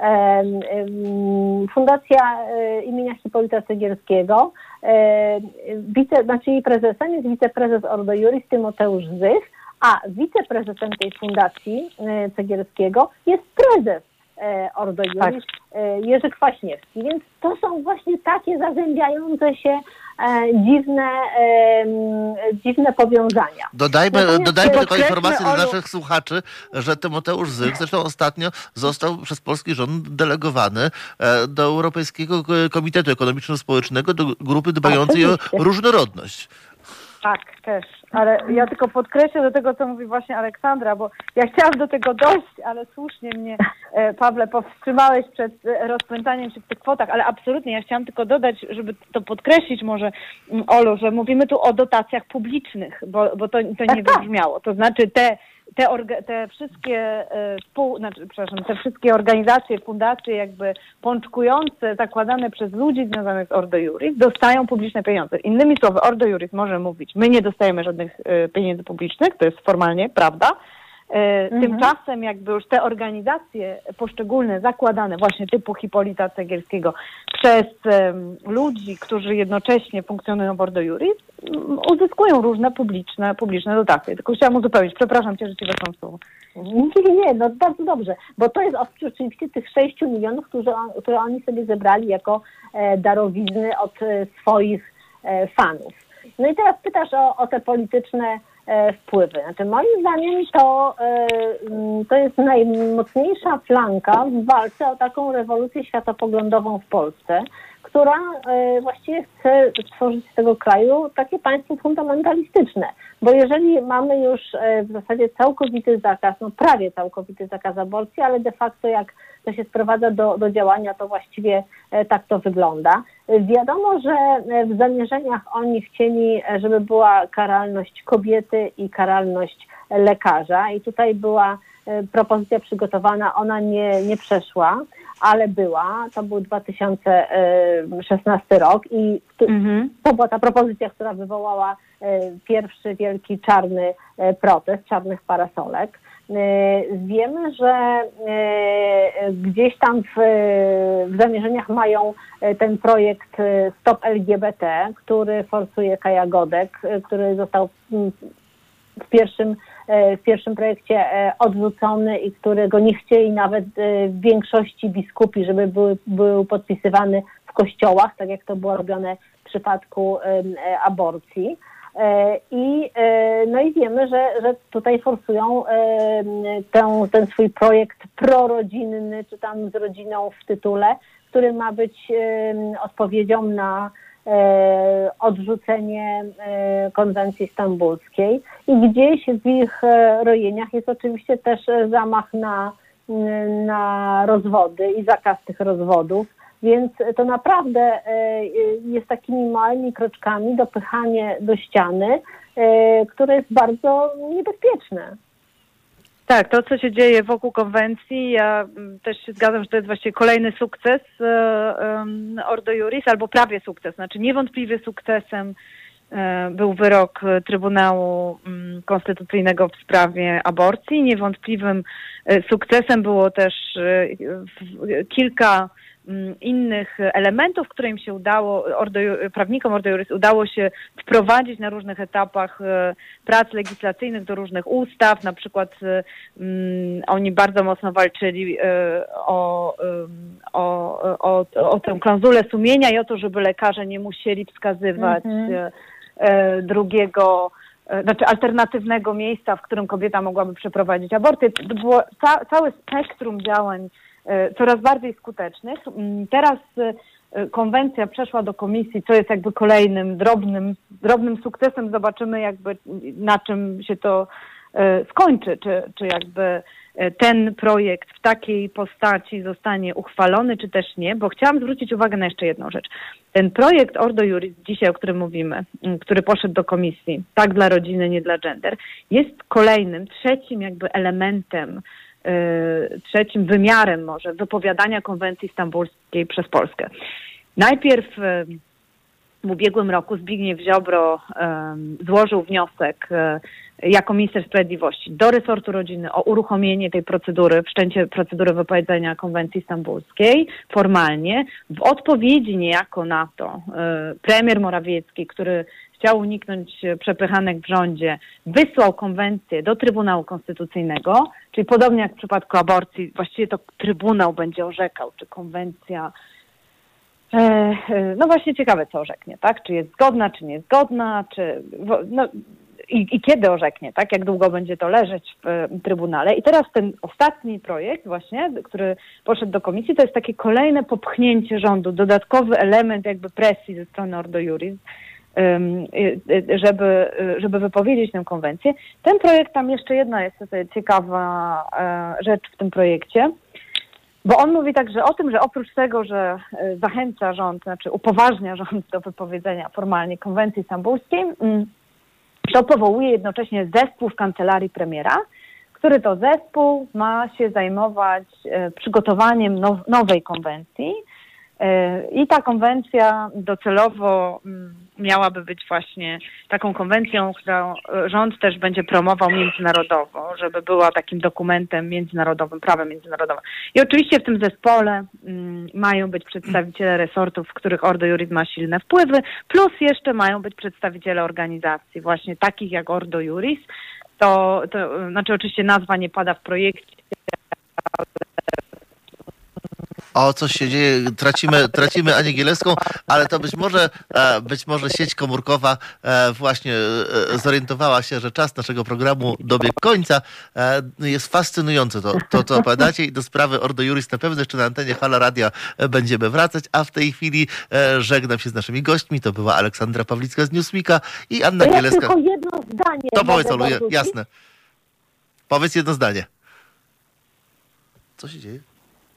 Fundacja imienia Hipolita Cegielskiego, jej prezesem jest wiceprezes Ordo Iuris Tymoteusz Zych, a wiceprezesem tej fundacji Cegielskiego jest prezes Ordo Iuris Jerzy Kwaśniewski. Więc to są właśnie takie zazębiające się dziwne powiązania. Dodajmy tylko informację do naszych słuchaczy, że Tymoteusz Zych zresztą ostatnio został przez polski rząd delegowany do Europejskiego Komitetu Ekonomiczno-Społecznego, do grupy dbającej o różnorodność. Tak, też. Ale ja tylko podkreślę do tego, co mówi właśnie Aleksandra, bo ja chciałam do tego dojść, ale słusznie mnie, Pawle, powstrzymałeś przed rozpętaniem się w tych kwotach, ale absolutnie ja chciałam tylko dodać, żeby to podkreślić może, Olu, że mówimy tu o dotacjach publicznych, bo to nie wybrzmiało. To znaczy te wszystkie te wszystkie organizacje, fundacje jakby pączkujące, zakładane przez ludzi związanych z Ordo Iuris, dostają publiczne pieniądze. Innymi słowy, Ordo Iuris może mówić, my nie dostajemy żadnych pieniędzy publicznych, to jest formalnie prawda. Tymczasem jakby już te organizacje poszczególne, zakładane właśnie typu Hipolita Cegielskiego przez ludzi, którzy jednocześnie funkcjonują w Ordo Iuris, uzyskują różne publiczne dotacje. Tylko chciałam uzupełnić. Przepraszam cię, że ci weszłam słowo. Nie, no bardzo dobrze, bo to jest oczywiście tych 6 milionów, które oni sobie zebrali jako darowizny od swoich fanów. No i teraz pytasz o te polityczne wpływy. Znaczy moim zdaniem to jest najmocniejsza flanka w walce o taką rewolucję światopoglądową w Polsce, która właściwie chce tworzyć z tego kraju takie państwo fundamentalistyczne. Bo jeżeli mamy już w zasadzie całkowity zakaz, no prawie całkowity zakaz aborcji, ale de facto jak to się sprowadza do działania, to właściwie tak to wygląda. Wiadomo, że w zamierzeniach oni chcieli, żeby była karalność kobiety i karalność lekarza i tutaj była propozycja przygotowana, ona nie przeszła, ale była, to był 2016 rok i to była ta propozycja, która wywołała pierwszy wielki czarny protest, czarnych parasolek. Wiemy, że gdzieś tam w zamierzeniach mają ten projekt Stop LGBT, który forsuje Kaja Godek, który został w pierwszym projekcie odrzucony i którego nie chcieli nawet w większości biskupi, żeby był podpisywany w kościołach, tak jak to było robione w przypadku aborcji. No i wiemy, że tutaj forsują ten swój projekt prorodzinny, czy tam z rodziną w tytule, który ma być odpowiedzią na odrzucenie konwencji stambulskiej i gdzieś w ich rojeniach jest oczywiście też zamach na rozwody i zakaz tych rozwodów, więc to naprawdę jest takimi małymi kroczkami dopychanie do ściany, które jest bardzo niebezpieczne. Tak, to co się dzieje wokół konwencji, ja też się zgadzam, że to jest właściwie kolejny sukces Ordo Iuris, albo prawie sukces, znaczy niewątpliwie sukcesem był wyrok Trybunału Konstytucyjnego w sprawie aborcji. Niewątpliwym sukcesem było też kilka innych elementów, które im się udało, prawnikom Ordo Iuris udało się wprowadzić na różnych etapach prac legislacyjnych do różnych ustaw. Na przykład oni bardzo mocno walczyli o tę klauzulę sumienia i o to, żeby lekarze nie musieli wskazywać drugiego, znaczy alternatywnego miejsca, w którym kobieta mogłaby przeprowadzić aborcję. To było całe spektrum działań coraz bardziej skutecznych. Teraz konwencja przeszła do komisji, co jest jakby kolejnym drobnym sukcesem. Zobaczymy jakby na czym się to skończy, czy jakby ten projekt w takiej postaci zostanie uchwalony, czy też nie, bo chciałam zwrócić uwagę na jeszcze jedną rzecz. Ten projekt Ordo Iuris, dzisiaj o którym mówimy, który poszedł do komisji, tak dla rodziny, nie dla gender, jest kolejnym, trzecim jakby elementem, trzecim wymiarem może wypowiadania konwencji stambulskiej przez Polskę. Najpierw w ubiegłym roku Zbigniew Ziobro złożył wniosek jako minister sprawiedliwości do resortu rodziny o uruchomienie tej procedury, wszczęcie procedury wypowiedzenia konwencji stambulskiej formalnie. W odpowiedzi niejako na to premier Morawiecki, który chciał uniknąć przepychanek w rządzie, wysłał konwencję do Trybunału Konstytucyjnego, czyli podobnie jak w przypadku aborcji, właściwie to Trybunał będzie orzekał, czy konwencja, no właśnie ciekawe co orzeknie, tak? Czy jest zgodna, czy nie jest zgodna, czy... No, i kiedy orzeknie, tak? Jak długo będzie to leżeć w Trybunale. I teraz ten ostatni projekt właśnie, który poszedł do komisji, to jest takie kolejne popchnięcie rządu, dodatkowy element jakby presji ze strony Ordo Iuris, żeby wypowiedzieć tę konwencję. Ten projekt, tam jeszcze jedna jest tutaj ciekawa rzecz w tym projekcie, bo on mówi także o tym, że oprócz tego, że zachęca rząd, znaczy upoważnia rząd do wypowiedzenia formalnie konwencji stambulskiej, to powołuje jednocześnie zespół w kancelarii premiera, który to zespół ma się zajmować przygotowaniem nowej konwencji. I ta konwencja docelowo miałaby być właśnie taką konwencją, którą rząd też będzie promował międzynarodowo, żeby była takim dokumentem międzynarodowym, prawem międzynarodowym. I oczywiście w tym zespole mają być przedstawiciele resortów, w których Ordo Iuris ma silne wpływy, plus jeszcze mają być przedstawiciele organizacji, właśnie takich jak Ordo Iuris. To znaczy oczywiście nazwa nie pada w projekcie, O, coś się dzieje, tracimy Anię Gielewską, ale to być może sieć komórkowa właśnie zorientowała się, że czas naszego programu dobiegł końca. Jest fascynujące to co opowiadacie i do sprawy Ordo Iuris na pewno jeszcze na antenie Halo Radia będziemy wracać, a w tej chwili żegnam się z naszymi gośćmi. To była Aleksandra Pawlicka z Newsweeka i Anna Gielewska. Tylko jedno zdanie. To powiedz, Olu, jasne. Powiedz jedno zdanie. Co się dzieje?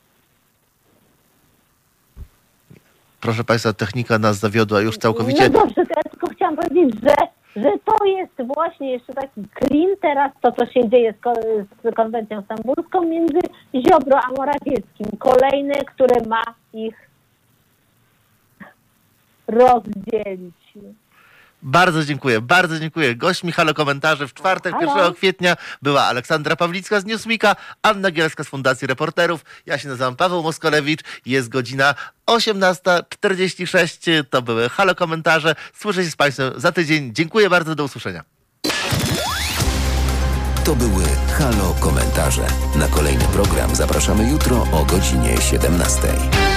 Proszę Państwa, technika nas zawiodła już całkowicie. No dobrze, to ja tylko chciałam powiedzieć, że to jest właśnie jeszcze taki klin teraz, to co się dzieje z konwencją stambulską między Ziobro a Morawieckim. Kolejny, który ma ich rozdzielić. Bardzo dziękuję. Gośćmi Halo Komentarzy w czwartek, 1 kwietnia była Aleksandra Pawlicka z Newsweeka, Anna Gielewska z Fundacji Reporterów. Ja się nazywam Paweł Moskolewicz. Jest godzina 18:46. To były Halo Komentarze. Słyszę się z Państwem za tydzień. Dziękuję bardzo, do usłyszenia. To były Halo Komentarze. Na kolejny program zapraszamy jutro o godzinie 17:00.